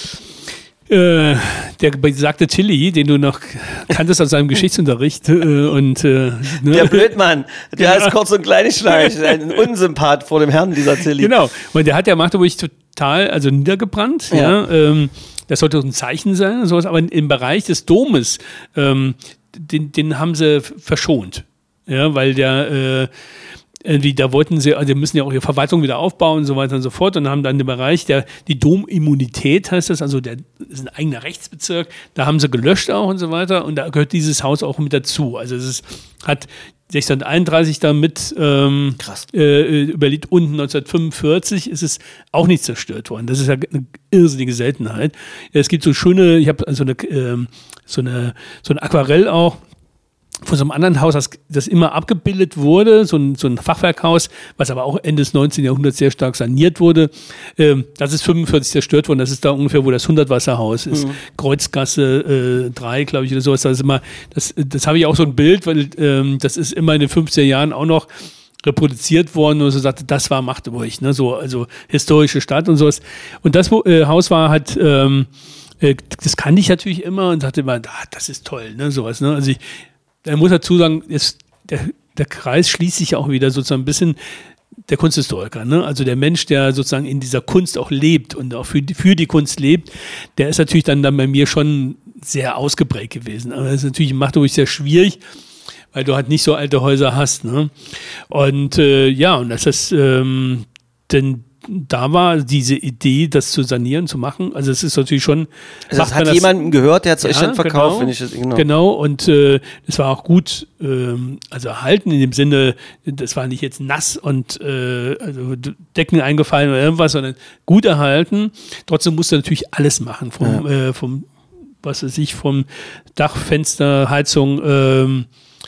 Äh, der besagte Tilly, den du noch kanntest aus seinem Geschichtsunterricht. Äh, und, äh, ne? Der Blödmann, der ja. ist kurz und kleinigschleich, ein Unsympath vor dem Herrn, dieser Tilly. Genau, und der hat ja Magdeburg total also niedergebrannt. Ja. Ja ähm, das sollte ein Zeichen sein, und sowas, aber im Bereich des Domes, ähm, den, den haben sie verschont. Ja, weil der äh, irgendwie, da wollten sie, also die müssen ja auch ihre Verwaltung wieder aufbauen und so weiter und so fort und haben dann den Bereich, der, die Domimmunität heißt das, also der das ist ein eigener Rechtsbezirk, da haben sie gelöscht auch und so weiter und da gehört dieses Haus auch mit dazu. Also es ist, hat sechzehnhunderteinunddreißig damit ähm, äh, überlebt und neunzehnhundertfünfundvierzig ist es auch nicht zerstört worden. Das ist ja eine irrsinnige Seltenheit. Es gibt so schöne, ich habe so eine, ähm, so eine, so ein Aquarell auch, von so einem anderen Haus, das, das immer abgebildet wurde, so ein, so ein Fachwerkhaus, was aber auch Ende des neunzehnten Jahrhunderts sehr stark saniert wurde. Ähm, das ist fünfundvierzig zerstört worden, das ist da ungefähr, wo das Hundertwasserhaus ist. Mhm. Kreuzgasse äh, drei, glaube ich, oder sowas. Das, ist immer, das, das habe ich auch so ein Bild, weil ähm, das ist immer in den fünfziger Jahren auch noch reproduziert worden und so sagte, das war Magdeburg, ne? So, also historische Stadt und sowas. Und das äh, Haus war halt, ähm, äh, das kannte ich natürlich immer und sagte immer, ah, das ist toll, ne? Sowas, ne? Also ich Er muss dazu sagen, ist, der, der Kreis schließt sich auch wieder sozusagen ein bisschen der Kunsthistoriker, ne? Also der Mensch, der sozusagen in dieser Kunst auch lebt und auch für die, für die Kunst lebt, der ist natürlich dann, dann bei mir schon sehr ausgeprägt gewesen. Aber das ist natürlich in Magdeburg sehr schwierig, weil du halt nicht so alte Häuser hast, ne? Und äh, ja, und das ist ähm, denn da war, diese Idee, das zu sanieren, zu machen. Also es ist natürlich schon... Also das hat jemanden gehört, der hat es euch dann verkauft, wenn ich das genau. Genau, und äh, es war auch gut, ähm, also erhalten in dem Sinne, das war nicht jetzt nass und äh, also Decken eingefallen oder irgendwas, sondern gut erhalten. Trotzdem musste natürlich alles machen, vom, ja. äh, vom was weiß ich, vom Dach, Fenster, Heizung, ähm,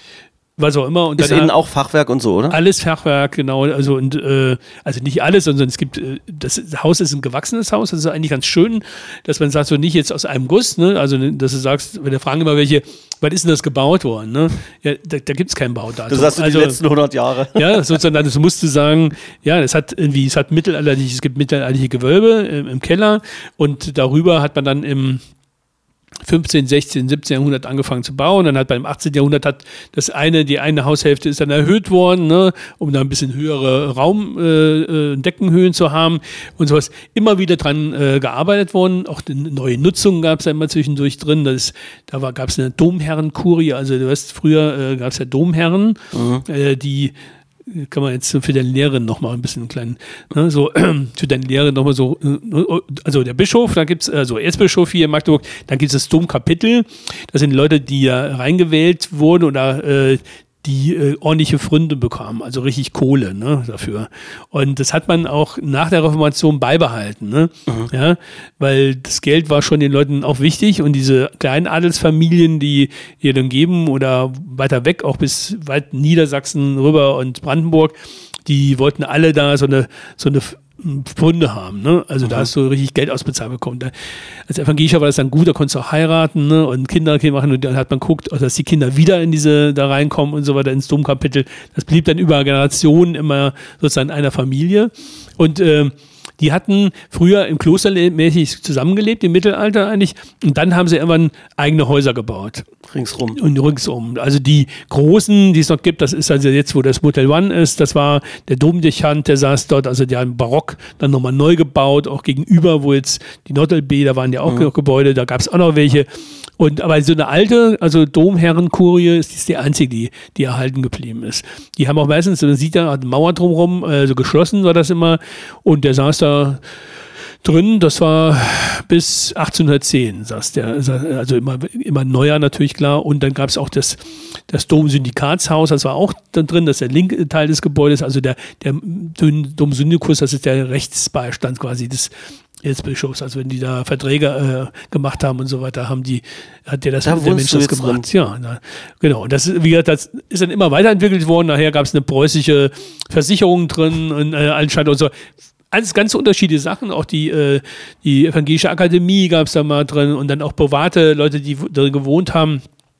was auch immer. Und ist innen auch Fachwerk und so, oder? Alles Fachwerk, genau. Also, und, äh, also nicht alles, sondern es gibt, äh, das Haus ist ein gewachsenes Haus, das ist eigentlich ganz schön, dass man sagt, so nicht jetzt aus einem Guss, ne? Also, dass du sagst, wenn wir fragen immer welche, wann ist denn das gebaut worden? Ne? Ja, da da gibt es keinen Baudatum. Du sagst also, die letzten hundert Jahre. Ja, sozusagen, das musst du sagen, ja, es hat irgendwie, es hat mittelalterliche, es gibt mittelalterliche Gewölbe im, im Keller und darüber hat man dann im fünfzehnten, sechzehnten, siebzehnten Jahrhundert angefangen zu bauen. Dann hat beim achtzehnten Jahrhundert hat das eine, die eine Haushälfte ist dann erhöht worden, ne, um da ein bisschen höhere Raum, äh, Deckenhöhen zu haben und sowas. Immer wieder dran äh, gearbeitet worden. Auch eine neue Nutzung gab es ja immer zwischendurch drin. Das ist, da gab es eine Domherrenkurie. Also du weißt, früher äh, gab es ja Domherren, mhm. äh, die kann man jetzt für deine Lehrerin nochmal ein bisschen klein, ne, so für deine Lehrerin nochmal so, also der Bischof, da gibt es, also Erzbischof hier in Magdeburg, dann gibt es das Domkapitel, das sind Leute, die ja reingewählt wurden oder äh, die äh, ordentliche Pfründe bekamen, also richtig Kohle, ne, dafür. Und das hat man auch nach der Reformation beibehalten, ne, mhm. ja, weil das Geld war schon den Leuten auch wichtig und diese kleinen Adelsfamilien, die ihr dann geben oder weiter weg, auch bis weit Niedersachsen rüber und Brandenburg, die wollten alle da so eine, so eine Pfründe haben, ne? Also mhm. da hast du richtig Geld ausbezahlt bekommen. Da, als Evangelischer war das dann gut, da konntest du auch heiraten, ne? Und Kinder machen und dann hat man geguckt, dass die Kinder wieder in diese, da reinkommen und so weiter ins Domkapitel. Das blieb dann über Generationen immer sozusagen einer Familie. Und äh, die hatten früher im Kloster mäßig zusammengelebt, im Mittelalter eigentlich. Und dann haben sie irgendwann eigene Häuser gebaut. Ringsrum. Und ringsum. Also die großen, die es noch gibt, das ist also jetzt, wo das Motel One ist, das war der Domdechant, der saß dort, also der im Barock dann nochmal neu gebaut, auch gegenüber, wo jetzt die Nordel B, da waren ja auch mhm. noch Gebäude, da gab es auch noch welche. Und aber so eine alte, also Domherrenkurie ist, ist die einzige, die, die erhalten geblieben ist. Die haben auch meistens, man sieht da, eine Mauer drumherum, also geschlossen war das immer. Und der saß da drin, das war bis achtzehnhundertzehn, saß der, also immer, immer neuer natürlich, klar. Und dann gab es auch das, das Domsyndikatshaus, das war auch da drin, das ist der linke Teil des Gebäudes, also der, der Domsyndikus, das ist der Rechtsbeistand quasi des Erzbischofs, also wenn die da Verträge äh, gemacht haben und so weiter, haben die, hat der das da der Mensch das gemacht. Drin. Ja, na, genau. Und das, wie gesagt, das ist dann immer weiterentwickelt worden. Nachher gab es eine preußische Versicherung drin und äh, anscheinend und so. Alles ganz unterschiedliche Sachen, auch die, äh, die Evangelische Akademie gab es da mal drin und dann auch private Leute, die drin gewohnt haben.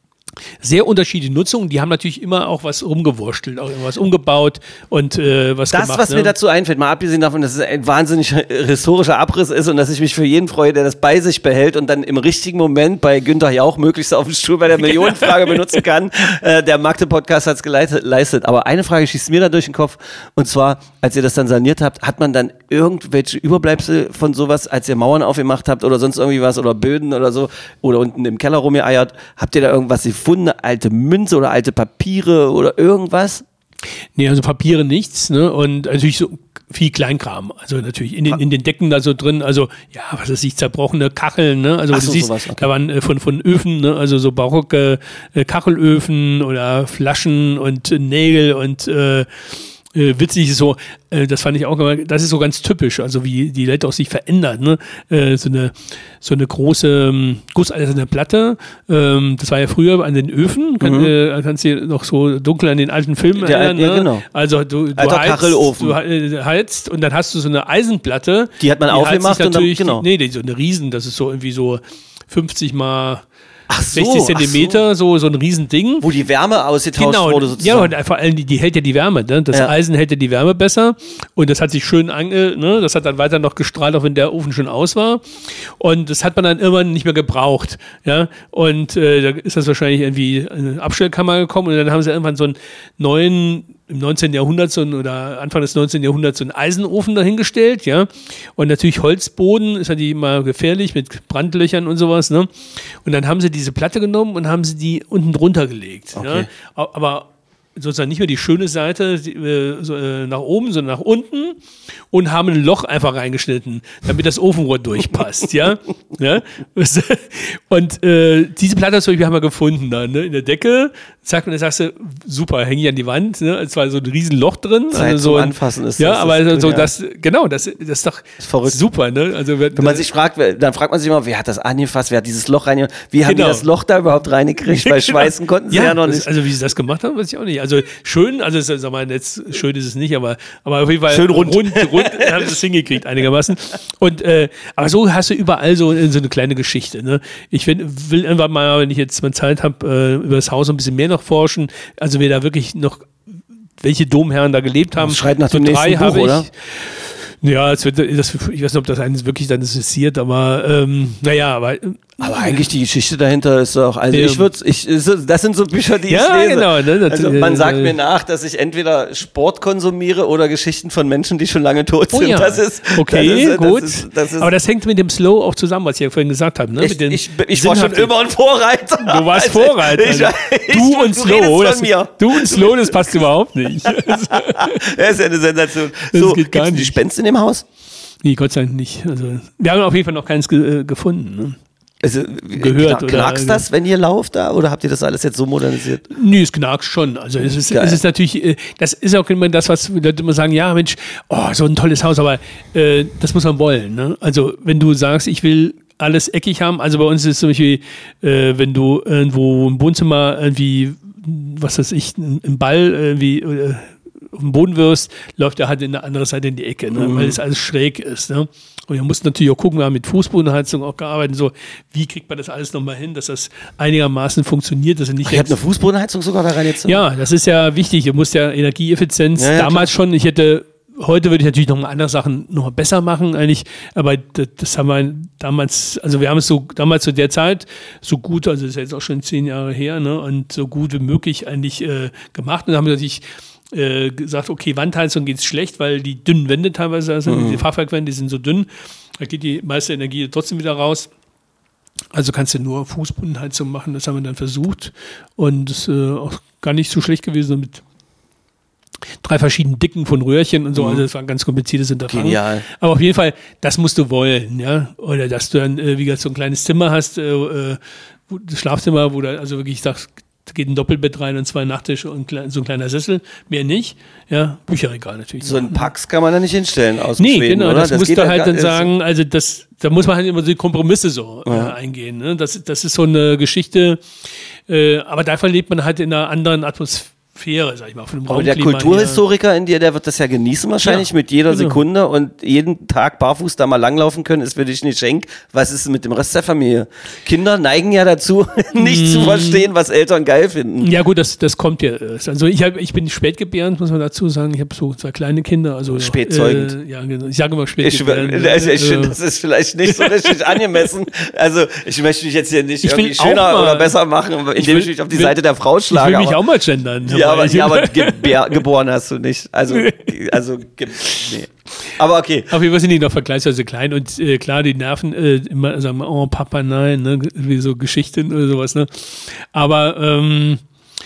Sehr unterschiedliche Nutzungen, die haben natürlich immer auch was rumgewurstelt, auch irgendwas umgebaut und äh, was das, gemacht. Das, was ne? mir dazu einfällt, mal abgesehen davon, dass es ein wahnsinnig historischer Abriss ist und dass ich mich für jeden freue, der das bei sich behält und dann im richtigen Moment bei Günther Jauch möglichst auf dem Stuhl bei der Millionenfrage benutzen kann. Äh, der Magde-Podcast hat es geleistet. Aber eine Frage schießt mir da durch den Kopf und zwar, als ihr das dann saniert habt, hat man dann irgendwelche Überbleibsel von sowas, als ihr Mauern aufgemacht habt oder sonst irgendwie was oder Böden oder so oder unten im Keller rumgeeiert, habt ihr da irgendwas gefunden, eine alte Münze oder alte Papiere oder irgendwas? Nee, also Papiere nichts, ne? Und natürlich so viel Kleinkram. Also natürlich in den, in den Decken da so drin, also ja, was weiß ich, zerbrochene Kacheln, ne? Also Ach du so, siehst, sowas, okay. da waren äh, von, von Öfen, ne? Also so barocke äh, Kachelöfen oder Flaschen und äh, Nägel und äh, Äh, witzig ist so, äh, das fand ich auch, das ist so ganz typisch, also wie die Leute auch sich verändern, ne? Äh, so eine so eine große ähm, gusseiserne Platte, ähm, das war ja früher an den Öfen, kann, mhm. äh, kannst du dir noch so dunkel an den alten Filmen ja, erinnern, ja, ne? Genau. Also du, du Alter heizt, Kachelofen. du äh, heizt und dann hast du so eine Eisenplatte. Die hat man aufgemacht und dann, genau. Die, nee, die, so eine Riesen, das ist so irgendwie so fünfzig mal Ach so, sechzig Zentimeter, so. so, so ein Riesending. Wo die Wärme ausgetauscht genau, wurde sozusagen. Ja, und vor allem, die, die hält ja die Wärme. Ne? Das ja. Eisen hält ja die Wärme besser. Und das hat sich schön ange... Ne? Das hat dann weiter noch gestrahlt, auch wenn der Ofen schon aus war. Und das hat man dann irgendwann nicht mehr gebraucht. Ja? Und äh, da ist das wahrscheinlich irgendwie in eine Abstellkammer gekommen. Und dann haben sie irgendwann so einen neuen... im neunzehnten Jahrhundert so ein, oder Anfang des neunzehnten Jahrhunderts so einen Eisenofen dahingestellt, ja. Und natürlich Holzboden ist ja die immer gefährlich mit Brandlöchern und sowas, ne. Und dann haben sie diese Platte genommen und haben sie die unten drunter gelegt. Okay. Ja? Aber sozusagen nicht mehr die schöne Seite die, äh, so, äh, nach oben, sondern nach unten und haben ein Loch einfach reingeschnitten, damit das Ofenrohr durchpasst, ja. ja? Und äh, diese Platte zum Beispiel haben wir gefunden dann, ne? In der Decke, zack, und dann sagst du, super, hänge ich an die Wand, ne? Es war so ein riesen Loch drin. Zeit also so zum ein, Anfassen ist ja, das. aber ist so gut, das, genau, das, das ist doch ist verrückt. super, ne? Also, wenn man sich fragt, dann fragt man sich immer, wer hat das angefasst, wer hat dieses Loch reingemacht, wie haben Genau. die das Loch da überhaupt reingekriegt, weil schweißen konnten sie ja, ja noch das, nicht. also wie sie das gemacht haben, weiß ich auch nicht. Also schön, also sag mal, jetzt schön ist es nicht, aber, aber auf jeden Fall Schön rund. rund, rund haben sie es hingekriegt einigermaßen. Und äh, aber so hast du überall so, so eine kleine Geschichte. Ne? Ich find, will irgendwann mal, wenn ich jetzt mal Zeit habe, äh, über das Haus ein bisschen mehr noch forschen. Also wer da wirklich noch welche Domherren da gelebt haben. Das schreit nach so dem nächsten drei Buch, habe ich. oder? Ja, es wird, das, ich weiß nicht, ob das eines wirklich dann interessiert, aber ähm, naja, aber Aber eigentlich die Geschichte dahinter ist auch, also Ja. ich würde, ich, das sind so Bücher, die Ja, ich lese. genau, ne, das- also man äh, sagt äh, mir nach, dass ich entweder Sport konsumiere oder Geschichten von Menschen, die schon lange tot Oh sind. ja. Das ist, okay, das ist, gut. Das ist, das ist, aber das hängt mit dem Slow auch zusammen, was ich ja vorhin gesagt habe. Ne? ich, mit den ich, ich war schon sinnhaften- immer ein Vorreiter. Du warst Also, Vorreiter. Ich, ich, du und du Slow. redest Das, von mir. du und Slow, das passt überhaupt nicht. Das ist ja eine Sensation. Das so, geht gar gibt's ein nicht. Gespenst in dem Haus? Nee, Gott sei Dank nicht. Also, wir haben auf jeden Fall noch keins ge äh, gefunden. Ne? Also, Gehört knack, oder- knackst das, wenn ihr lauft da? Oder habt ihr das alles jetzt so modernisiert? Nee, es knackst schon. Also es ist, Geil. es ist natürlich, äh, das ist auch immer das, was Leute immer sagen, ja Mensch, oh, so ein tolles Haus, aber äh, das muss man wollen. Ne? Also wenn du sagst, ich will alles eckig haben, also bei uns ist es zum Beispiel, äh, wenn du irgendwo im Wohnzimmer irgendwie, was weiß ich, einen Ball irgendwie äh, auf den Boden wirfst, läuft er halt in eine andere Seite in die Ecke, ne? Mhm. weil es alles schräg ist. Ne? Und wir mussten natürlich auch gucken, wir haben mit Fußbodenheizung auch gearbeitet, so wie kriegt man das alles nochmal hin, dass das einigermaßen funktioniert, dass er nicht Ihr habt eine Fußbodenheizung sogar da rein jetzt? ja, das ist ja wichtig. Du musst ja Energieeffizienz Ja, ja, damals schon. Ich hätte, heute würde ich natürlich noch mal andere Sachen noch mal besser machen eigentlich, aber das, das haben wir damals, also wir haben es so damals zu der Zeit so gut, also das ist jetzt auch schon zehn Jahre her, ne, und so gut wie möglich eigentlich äh, gemacht und dann haben wir natürlich äh, gesagt, okay, Wandheizung geht es schlecht, weil die dünnen Wände teilweise sind, Mhm. die Fachwerkwände, die sind so dünn, da geht die meiste Energie trotzdem wieder raus. Also kannst du nur Fußbodenheizung machen, das haben wir dann versucht und das ist äh, auch gar nicht so schlecht gewesen mit drei verschiedenen Dicken von Röhrchen und so, Mhm. also das war ein ganz kompliziertes Unterfangen. Genial. Aber auf jeden Fall, das musst du wollen, ja, oder dass du dann, äh, wie gesagt, so ein kleines Zimmer hast, äh, äh, wo, das Schlafzimmer, wo du also wirklich sagst, da geht ein Doppelbett rein und zwei Nachttische und klein, so ein kleiner Sessel, mehr nicht, ja, Bücherregal natürlich. So ein Pax kann man da nicht hinstellen aus Nee, Schweden, genau, oder? das, musst geht du ja halt gar- dann ist- sagen, also das, da muss man halt immer so die Kompromisse so Ja. äh, eingehen. Ne? Das, das ist so eine Geschichte, äh, aber davon lebt man halt in einer anderen Atmosphäre, sag ich mal, von dem Aber der Raumklima her. Kulturhistoriker in dir, der wird das ja genießen wahrscheinlich Ja, mit jeder genau. Sekunde und jeden Tag barfuß da mal langlaufen können, ist für dich ein Geschenk. Was ist mit dem Rest der Familie? Kinder neigen ja dazu, nicht zu verstehen, was Eltern geil finden. Ja gut, das, das kommt ja erst. Also ich, hab, ich bin spätgebärend, muss man dazu sagen. Ich habe so zwei kleine Kinder. Also, Spätzeugend. Äh, ja, genau. Ich sage immer Ich, spätgebärend. also ich finde, Äh, das ist vielleicht nicht so richtig angemessen. Also ich möchte mich jetzt hier nicht Ich will irgendwie auch schöner mal- oder besser machen, indem will- ich mich auf die will- Seite der Frau ich schlage. will mich aber- auch mal gendern. Ja, aber, ich, ja, aber gebär, geboren hast du nicht. Also, also ge- nee. Aber okay. Auf jeden Fall sind die noch vergleichsweise klein und äh, klar, die nerven äh, immer, sagen, oh Papa, nein, ne? Wie so Geschichten oder sowas. Ne? Aber ähm,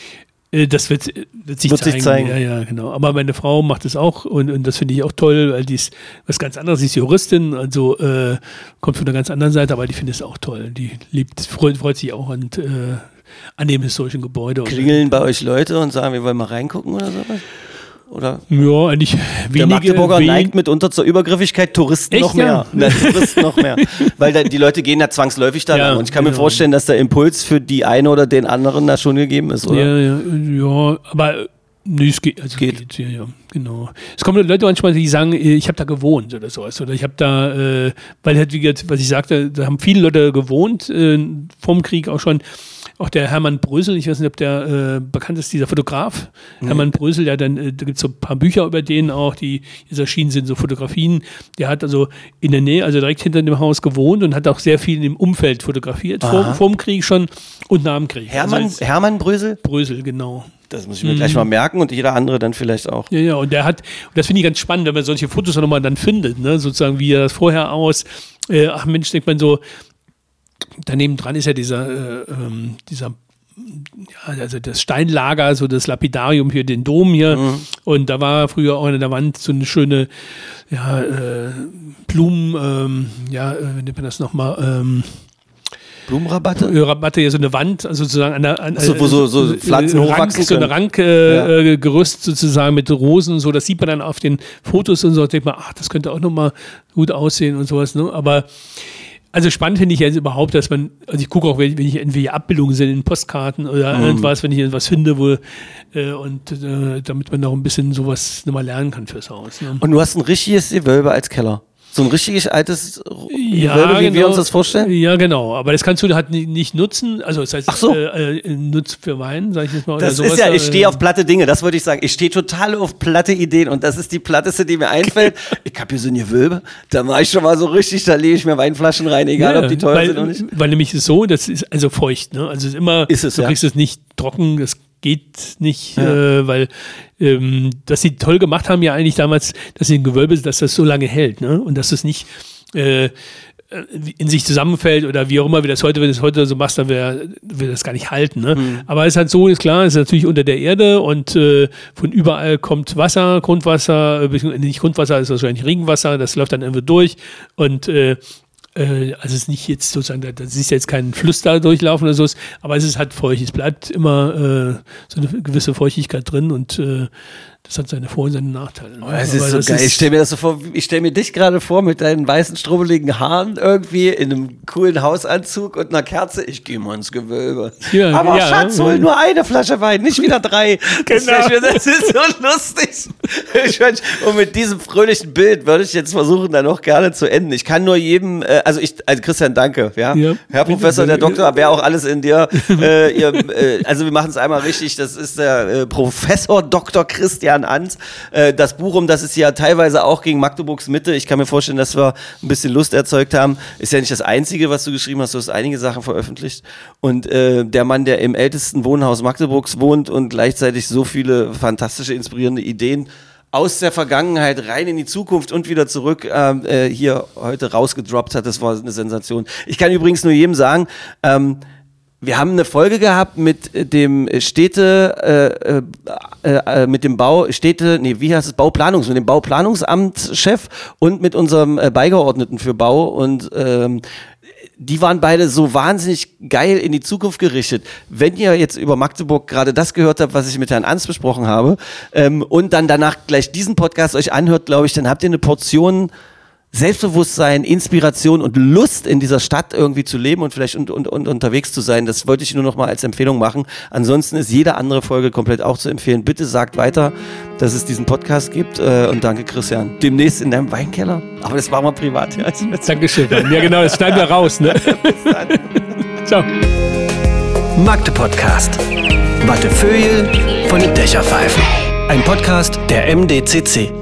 äh, das wird, wird, sich, Wird zeigen. sich zeigen. Ja, ja, genau. Aber meine Frau macht es auch und, und das finde ich auch toll, weil die ist was ganz anderes. Sie ist Juristin, also äh, kommt von einer ganz anderen Seite, aber die findet es auch toll. Die liebt, freut, freut sich auch an, äh, an dem historischen Gebäude. Und, Klingeln bei euch Leute und sagen, wir wollen mal reingucken oder sowas? Oder? ja, eigentlich Der wenige. Magdeburger wen- neigt mitunter zur Übergriffigkeit, Touristen Echt, noch mehr. ja? Na, Touristen noch mehr. Weil da, die Leute gehen da zwangsläufig da Ja, lang. Und ich kann mir genau. vorstellen, dass der Impuls für die eine oder den anderen da schon gegeben ist, oder? Ja, ja, ja, aber äh, nee, es geht. Also Geht. geht. Ja, ja, genau. Es kommen Leute manchmal, die sagen, äh, ich habe da gewohnt oder sowas. Oder ich habe da, äh, weil halt, wie gesagt, was ich sagte, da haben viele Leute gewohnt, äh, vom Krieg auch schon. Auch der Hermann Brösel, ich weiß nicht, ob der äh, bekannt ist, dieser Fotograf. Mhm. Hermann Brösel, der dann, äh, da gibt es so ein paar Bücher über den auch, die jetzt erschienen sind, so Fotografien. Der hat also in der Nähe, also direkt hinter dem Haus gewohnt und hat auch sehr viel im Umfeld fotografiert, vor, Aha. vor dem Krieg schon und nach dem Krieg. Hermann, Also jetzt Hermann Brösel? Brösel, genau. Das muss ich mir gleich mal merken und jeder andere dann vielleicht auch. Ja, ja, und der hat, und das finde ich ganz spannend, wenn man solche Fotos auch nochmal dann findet, ne, sozusagen, wie er das vorher aus, äh, ach Mensch, denkt man so, daneben dran ist ja dieser, äh, ähm, dieser ja, also das Steinlager, so das Lapidarium hier, den Dom hier. Mhm. Und da war früher auch an der Wand so eine schöne ja, äh, Blumen, ähm, ja, äh, wie nennt man das nochmal? Ähm, Blumenrabatte? Rabatte, ja, so eine Wand, also sozusagen an der an, so, wo so, so Pflanzen Rank, hochwachsen so eine Rankgerüst äh, ja. sozusagen mit Rosen und so, das sieht man dann auf den Fotos und so, da denkt man, ach, das könnte auch nochmal gut aussehen und sowas, ne? Aber also spannend finde ich jetzt überhaupt, dass man, also ich gucke auch, wenn, wenn ich irgendwelche Abbildungen sind in Postkarten oder mhm. irgendwas, wenn ich irgendwas finde, wo äh, und äh, damit man auch ein bisschen sowas nochmal lernen kann fürs Haus. Ne? Und du hast ein richtiges Gewölbe als Keller. So ein richtig altes ja, Gewölbe, wie genau. wir uns das vorstellen? Ja, genau. Aber das kannst du halt nicht nutzen. Also das heißt, Ach so. äh, äh, nutzt für Wein, sag ich jetzt mal. Das oder sowas. ist ja, ich stehe auf platte Dinge, das wollte ich sagen. Ich stehe total auf platte Ideen und das ist die platteste, die mir einfällt. Ich habe hier so ein Gewölbe, da mache ich schon mal so richtig, da lege ich mir Weinflaschen rein, egal ja, ob die teuer weil, sind oder nicht. Weil nämlich ist so, das ist also feucht. Ne? Also es ist immer, ist es, du ja. kriegst es nicht trocken, das geht nicht, ja. äh, weil ähm, dass sie toll gemacht haben ja eigentlich damals, dass sie ein Gewölbe, dass das so lange hält, ne? Und dass das nicht äh, in sich zusammenfällt oder wie auch immer, wie das heute, wenn du es heute so machst, dann wird das gar nicht halten. Ne? Mhm. Aber es ist halt so, ist klar, es ist natürlich unter der Erde und äh, von überall kommt Wasser, Grundwasser, äh, nicht Grundwasser, ist wahrscheinlich Regenwasser, das läuft dann irgendwie durch und äh, also es ist nicht jetzt sozusagen, da siehst du jetzt keinen Fluss da durchlaufen oder so, aber es ist halt feucht, es bleibt immer äh, so eine gewisse Feuchtigkeit drin und äh, das hat seine Vor- und seine Nachteile. Ne? Oh, das ist aber so das geil. Ist ich stelle mir das so vor, ich stelle mir dich gerade vor mit deinen weißen, strubbeligen Haaren irgendwie in einem coolen Hausanzug und einer Kerze. Ich gehe mal ins Gewölbe. Ja, aber ja, Schatz, hol ja. nur eine Flasche Wein, nicht wieder drei. Genau. Das, das ist so lustig. Und mit diesem fröhlichen Bild würde ich jetzt versuchen, dann auch gerne zu enden. Ich kann nur jedem, äh, also ich, also Christian, danke, ja, ja. Herr Professor, der Doktor, wäre auch alles in dir. äh, ihr, äh, also wir machen es einmal richtig. Das ist der äh, Professor Doktor Christian Ans. Äh, das Buch, um das es ja teilweise auch gegen Magdeburgs Mitte, ich kann mir vorstellen, dass wir ein bisschen Lust erzeugt haben, ist ja nicht das Einzige, was du geschrieben hast. Du hast einige Sachen veröffentlicht. Und äh, der Mann, der im ältesten Wohnhaus Magdeburgs wohnt und gleichzeitig so viele fantastische, inspirierende Ideen aus der Vergangenheit rein in die Zukunft und wieder zurück äh, hier heute rausgedroppt hat, das war eine Sensation. Ich kann übrigens nur jedem sagen, ähm, wir haben eine Folge gehabt mit dem Städte, äh, äh, mit dem Bau, Städte, nee, wie heißt es, Bauplanungs, mit dem Bauplanungsamtschef und mit unserem äh, Beigeordneten für Bau und ähm, die waren beide so wahnsinnig geil in die Zukunft gerichtet. Wenn ihr jetzt über Magdeburg gerade das gehört habt, was ich mit Herrn Ans besprochen habe, ähm, und dann danach gleich diesen Podcast euch anhört, glaube ich, dann habt ihr eine Portion Selbstbewusstsein, Inspiration und Lust in dieser Stadt irgendwie zu leben und vielleicht und, und, und unterwegs zu sein. Das wollte ich nur noch mal als Empfehlung machen. Ansonsten ist jede andere Folge komplett auch zu empfehlen. Bitte sagt weiter, dass es diesen Podcast gibt äh, und danke Christian. Demnächst in deinem Weinkeller, aber das machen wir privat. Ja. Dankeschön. Ja genau, das schneiden wir raus. Ne? Bis dann. Ciao. Magde Podcast. Wattefeuille von den Dächerpfeifen. Ein Podcast der M D C C.